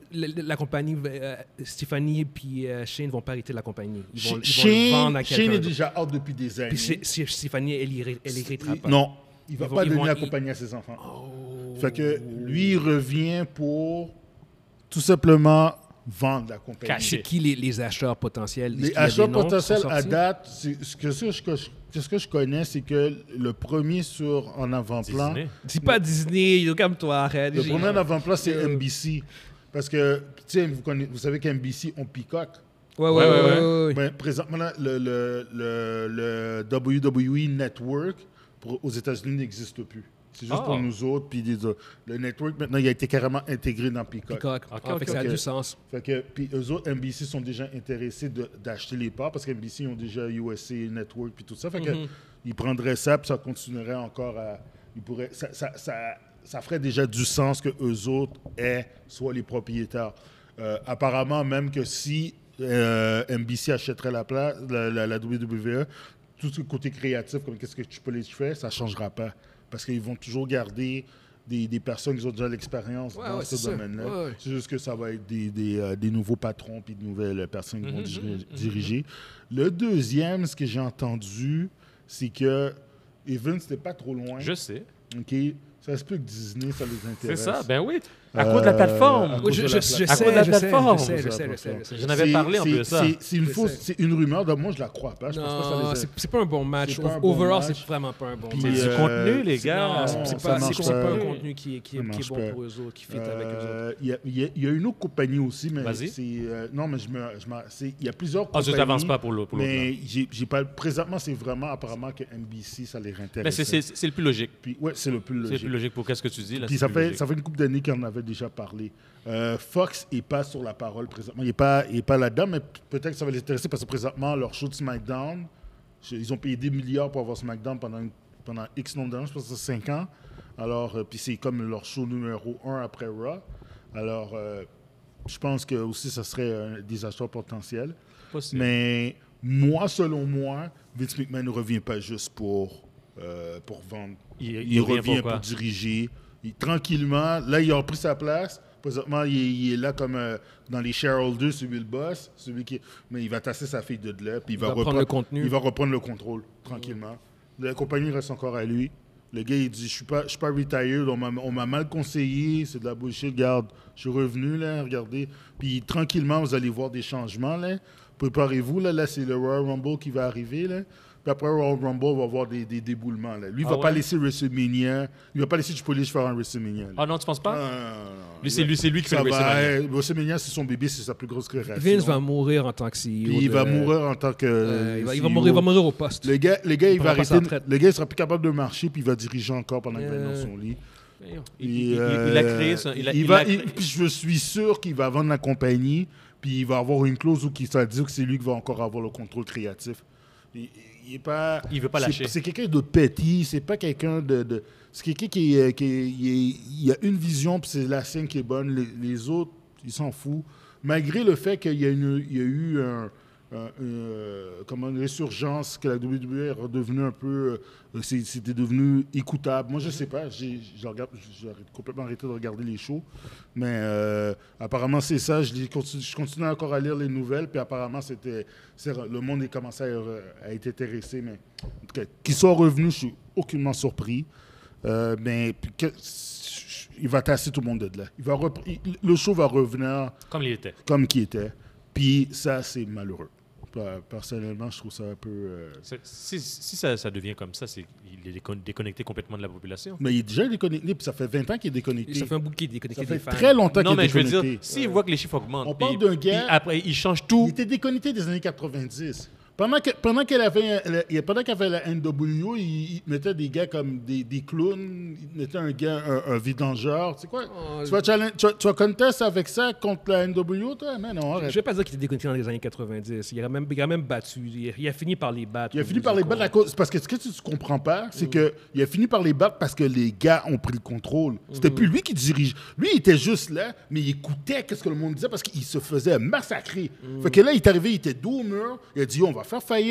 la, la compagnie, euh, Stéphanie et puis euh, Shane vont pas arrêter la compagnie. Ils vont, Sh- ils vont le vendre Shane, à Shane quelqu'un est d'autre. déjà out depuis des années. Puis c'est- c'est- Stéphanie, elle, ira- elle héritera pas. Non, il va Ils vont- pas ils donner vont- la ils- compagnie à ses enfants. Oh. Fait que lui, il revient pour tout simplement vendre la compagnie. Cacher. C'est qui les, les acheteurs potentiels? Est-ce Les qu'il y a des achats noms qui potentiels sont à sortis? date, c'est- ce que, ce que je, ce que je connais, c'est que le premier sur en avant-plan, Disney. Dis pas Disney, comme toi, arrête. le J'ai- premier en avant-plan, c'est Euh. N B C. Parce que, tu sais, vous, connaissez- vous savez qu'N B C, on Peacock. Ouais, ouais, Ouais, ouais. ouais, ouais, ouais, ouais. Ben, présentement, là, le, le, le, le W W E Network pour, aux États-Unis n'existe plus. C'est juste Ah. pour nous autres. Puis des autres. Le network, maintenant, il a été carrément intégré dans Peacock. Peacock. Ok, Ah, ok, fait que ça a ok. du sens. Fait que, puis eux autres, N B C sont déjà intéressés de- d'acheter les parts parce qu'N B C ils ont déjà U S A Network puis tout ça. Fait que Mhm. ils prendraient ça puis ça continuerait encore à... Ils pourraient, ça, ça, ça, ça ferait déjà du sens que eux autres aient soit les propriétaires. Euh, apparemment, même que si euh, N B C achèterait la, place, la, la, la W W E, tout ce côté créatif, comme qu'est-ce que Triple H fait, ça ne changera pas. Parce qu'ils vont toujours garder des, des personnes qui ont déjà l'expérience Ouais, dans ouais, ce c'est ça. domaine-là. Ouais, ouais. C'est juste que ça va être des, des, euh, des nouveaux patrons puis de nouvelles personnes qui vont Mhm, diri- mhm, diriger. Le deuxième, ce que j'ai entendu, c'est que Evans n'était pas trop loin. Je sais. OK? Ça se peut que Disney, ça les C'est intéresse. ça, ben oui. À cause de la Euh, plateforme. à Oui, cause je, de je, la je plate- À sais, cause de la je sais, plateforme. je sais, je sais, je sais, je sais. J'en avais C'est- parlé un c'est- peu de ça. C'est c'est une Je fausse, sais. c'est une rumeur. Donc moi, je la crois pas. Je pense pas que ça Non, les c'est c'est pas un bon match. C'est pas un bon Overall, match. c'est vraiment pas un bon Puis, C'est match. du euh, contenu, les c'est- gars. Non, non, c'est ça pas, marche c'est c'est pas pas. un contenu qui, est- qui, est- Ça qui est marche bon pas. pour eux autres, qui fit avec eux autres. Euh, Il y, a- il y a- il y a une autre compagnie aussi, mais Vas-y. c'est euh, non, mais je me, je m'en- c'est- il y a plusieurs Ah, compagnies. je t'avance pas pour l'autre. pour l'autre, là. Mais j'ai j'ai pas. Présentement, c'est vraiment apparemment que N B C, ça les Ben, intéresse. c'est- c'est c'est le plus logique. Puis ouais, c'est le plus C'est le logique. plus logique pour qu'est-ce que tu dis. Là, Puis c'est ça plus fait, logique. ça fait une couple d'années qu'on en avait déjà parlé. Euh, Fox n'est pas sur la parole présentement. Il n'est pas, il est pas là-dedans, mais p- peut-être que ça va les intéresser parce que présentement, leur show de SmackDown, je- ils ont payé des milliards pour avoir SmackDown pendant, une- pendant X nombre d'années, je pense que c'est cinq ans. Alors, euh, puis c'est comme leur show numéro un après Raw. Alors, euh, je pense que aussi, ça serait euh, des acheteurs potentiels. Possible. Mais moi, selon moi, Vince McMahon ne revient pas juste pour, euh, pour vendre. Il, Il, il revient revient pour quoi? diriger. Il- tranquillement, là, il a repris sa place. Présentement, il est, il est là comme euh, dans les shareholders, celui le boss, celui qui. Mais il va tasser sa fille de là, puis il, va va, prendre reprendre le contenu. Il va reprendre le contrôle tranquillement. La compagnie reste encore à lui. Le gars, il dit, je suis pas, je suis pas retired. On m'a, on m'a mal conseillé. C'est de la bullshit. Regarde, je suis revenu là. Regardez. Puis tranquillement, vous allez voir des changements là. Préparez-vous là. Là, c'est le Royal Rumble qui va arriver là. Puis après Royal Rumble, on va avoir des, des déboulements là. Lui, il Ah va pas ouais? laisser WrestleMania. Il va pas laisser Triple H faire un WrestleMania. Là. Ah non, tu penses pas? Ah, non, non, non. Lui, c'est lui, c'est lui qui fait Ça le va, WrestleMania. euh, WrestleMania, c'est son bébé, c'est sa plus grosse création. Vince va mourir en tant que C E O. Puis il de- va mourir en tant que. euh, il, va, il va C E O. mourir, il va mourir au poste. Le gars, le gars, il Il va prendra pas sa arrêter. retraite. Le gars, il sera plus capable de marcher, puis il va diriger encore pendant qu'il va être Euh, dans son lit. Il, il- Puis, il- il a euh, créé son. Il a, il il va, a il- créé- puis je suis sûr qu'il va vendre la compagnie, puis il va avoir une clause où il va dire que c'est lui qui va encore avoir le contrôle créatif. Il, il est pas. Il veut pas c'est- lâcher. C'est quelqu'un de petit, c'est pas quelqu'un de. de- c'est quelqu'un qui, est- qui est- il, est- il a une vision, puis c'est la sienne qui est bonne. Les, les autres, ils s'en foutent. Malgré le fait qu'il y a, une, il y a eu un, un- un- comment, une résurgence, que la W W E est redevenue un peu. euh, c'est- C'était devenu écoutable. Moi, je sais pas. J'ai j'ai regard- j'ai complètement arrêté de regarder les shows. Mais euh, apparemment, c'est ça. Je, les continue, je continue encore à lire les nouvelles. Puis apparemment, c'était c'est- le monde est commencé à, à être intéressé. Mais en tout cas, qu'ils soient revenus, je suis aucunement surpris. Euh, mais puis que- il va tasser tout le monde de là. Il va repr- il- le show va revenir Comme il était. comme qu'il était. Puis ça, c'est malheureux. Per- Personnellement, je trouve ça un peu... euh, C'est- Si, si ça, ça devient comme ça, c'est il est décon- déconnecté complètement de la population. Mais il est déjà déconnecté, puis ça fait vingt ans qu'il est déconnecté. Ça fait un bout qu'il est déconnecté Ça fait des fans. très longtemps qu'il Non, est mais je veux déconnecté. dire, s'il voit que les chiffres augmentent, On puis- parle d'un puis gars- après, il change Il tout. était déconnecté des années quatre-vingt-dix. Pendant que- pendant qu'elle avait, elle- pendant qu'elle avait la N W, il, il mettait des gars comme des, des clowns, il mettait un gars, un, un vidangeur. Tu sais quoi? Oh, tu, vas challenge- tu, vas, tu vas contest avec ça contre la N W, toi? Mais non, Je arrête. ne vais pas dire qu'il était déconnecté dans les années quatre-vingt-dix. Il a même, il a même battu. Il a, il a fini par les battre. Il a fini par les battre à cause. Parce que ce que tu ne comprends pas, c'est que il a fini par les battre parce que les gars ont pris le contrôle. C'était plus lui qui dirige. Lui, il était juste là, mais il écoutait ce que le monde disait parce qu'il se faisait massacrer. Fait que là, il est arrivé, il était dos au mur. Il a dit on va faire faillite.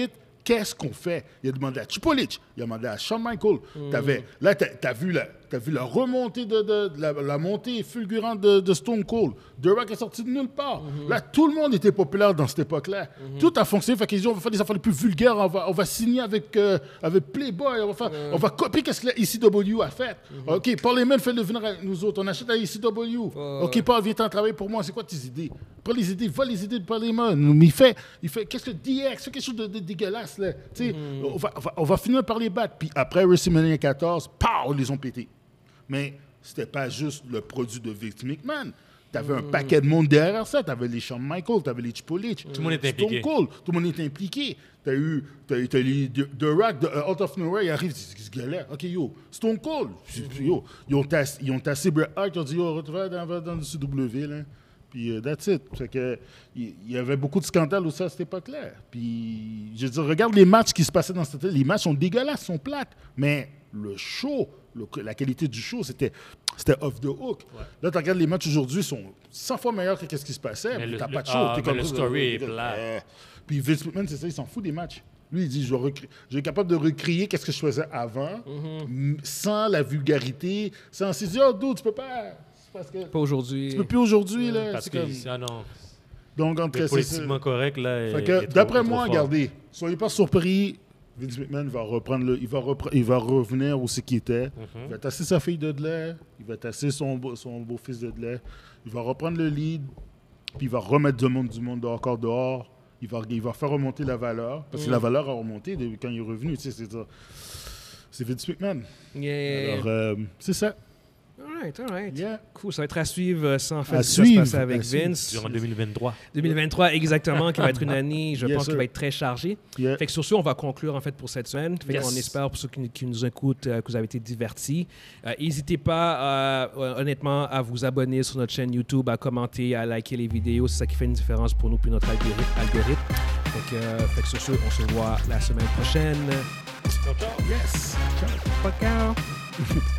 qu'est-ce qu'on fait? Il a demandé à Chipolich, il a demandé à Shawn Michaels. Mm. T'avais, là, tu as vu la, t'as vu la remontée, de, de, de la, la montée fulgurante de, de Stone Cold. The Rock est sorti de nulle part. Mm-hmm. Là, tout le monde était populaire dans cette époque-là. Mm-hmm. Tout a fonctionné. Fait qu'ils disent, on va faire des affaires les plus vulgaires, on va, on va signer avec, euh, avec Playboy, on va, faire, mm. on va copier ce que la E C W a fait. Mm-hmm. OK, Paul Heyman fait le venir avec nous autres. On achète la E C W. Oh. OK, Paul, viens t'en travailler pour moi. C'est quoi tes idées? Prends les idées, va les idées de Paul Heyman. Mais il fait, il fait qu'est-ce que D X, fait quelque chose de, de dégueulasse. Là. Mm-hmm. On, va, on, va, on va finir par les battre. Puis après WrestleMania quatorze, pow, ils les ont pétés. Mais c'était pas juste le produit de Vince McMahon. T'avais mm-hmm. un paquet de monde derrière ça. T'avais les Shawn Michaels, t'avais les Chipolich. Tout le monde était impliqué. Stone Cold, tout le monde était impliqué. T'as eu, t'as eu, t'as eu The Rock, de, uh, Out of Nowhere, il arrive, il se galère. OK, yo, Stone Cold. Mm-hmm. Yo, ils ont tassé, ils ont tassé Bret Hart, ils ont dit, yo, retrouve dans, dans le C W, là. Puis, uh, that's it. Fait que, il y, y avait beaucoup de scandales aussi à cette époque-là. Puis, je veux dire, regarde les matchs qui se passaient dans cette... Les matchs sont dégueulasses, sont plates. Mais le show, le, la qualité du show, c'était, c'était off the hook. Ouais. Là, tu regardes les matchs aujourd'hui, ils sont cent fois meilleurs que ce qui se passait. Mais t'as pas de show. Ah, t'es comme le story est plat. Euh, puis Vince McMahon, c'est ça, il s'en fout des matchs. Lui, il dit, je vais, recré- je vais être capable de recréer qu'est-ce que je faisais avant, mm-hmm. m- sans la vulgarité, sans... Il dit, oh, dude, tu peux pas... Parce que pas aujourd'hui. Tu peux plus aujourd'hui, là. Parce c'est que, comme... ah non. Donc, entre c'est politiquement correct, là. Fait que, d'après trop, moi, regardez, soyez pas surpris, Vince McMahon va reprendre le, il va, repre- il va revenir où c'est qu'il était. Mm-hmm. Il va tasser sa fille de Dudley, il va tasser son, son beau-fils de Dudley, il va reprendre le lead, puis il va remettre du monde du monde encore dehors. Il va, il va faire remonter la valeur, parce mm. que la valeur a remonté depuis quand il est revenu. Tu sais, c'est, ça. C'est Vince McMahon. Yeah. Alors, euh, c'est ça. All right, all right. Yeah. Cool, ça va être à suivre sans faire à ce qui suivre, se passe avec à Vince. Durant deux mille vingt-trois. deux mille vingt-trois, exactement, qui va être une année, je yes, pense, sir. qui va être très chargée. Yeah. Fait que sur ce, on va conclure en fait pour cette semaine. Fait Yes. qu'on espère pour ceux qui, qui nous écoutent euh, que vous avez été divertis. Euh, n'hésitez pas, euh, honnêtement, à vous abonner sur notre chaîne YouTube, à commenter, à liker les vidéos. C'est ça qui fait une différence pour nous puis notre algorithme. algorithme. Fait, que, euh, fait que sur ce, on se voit la semaine prochaine. Ciao, ciao. Yes. Ciao. Ciao.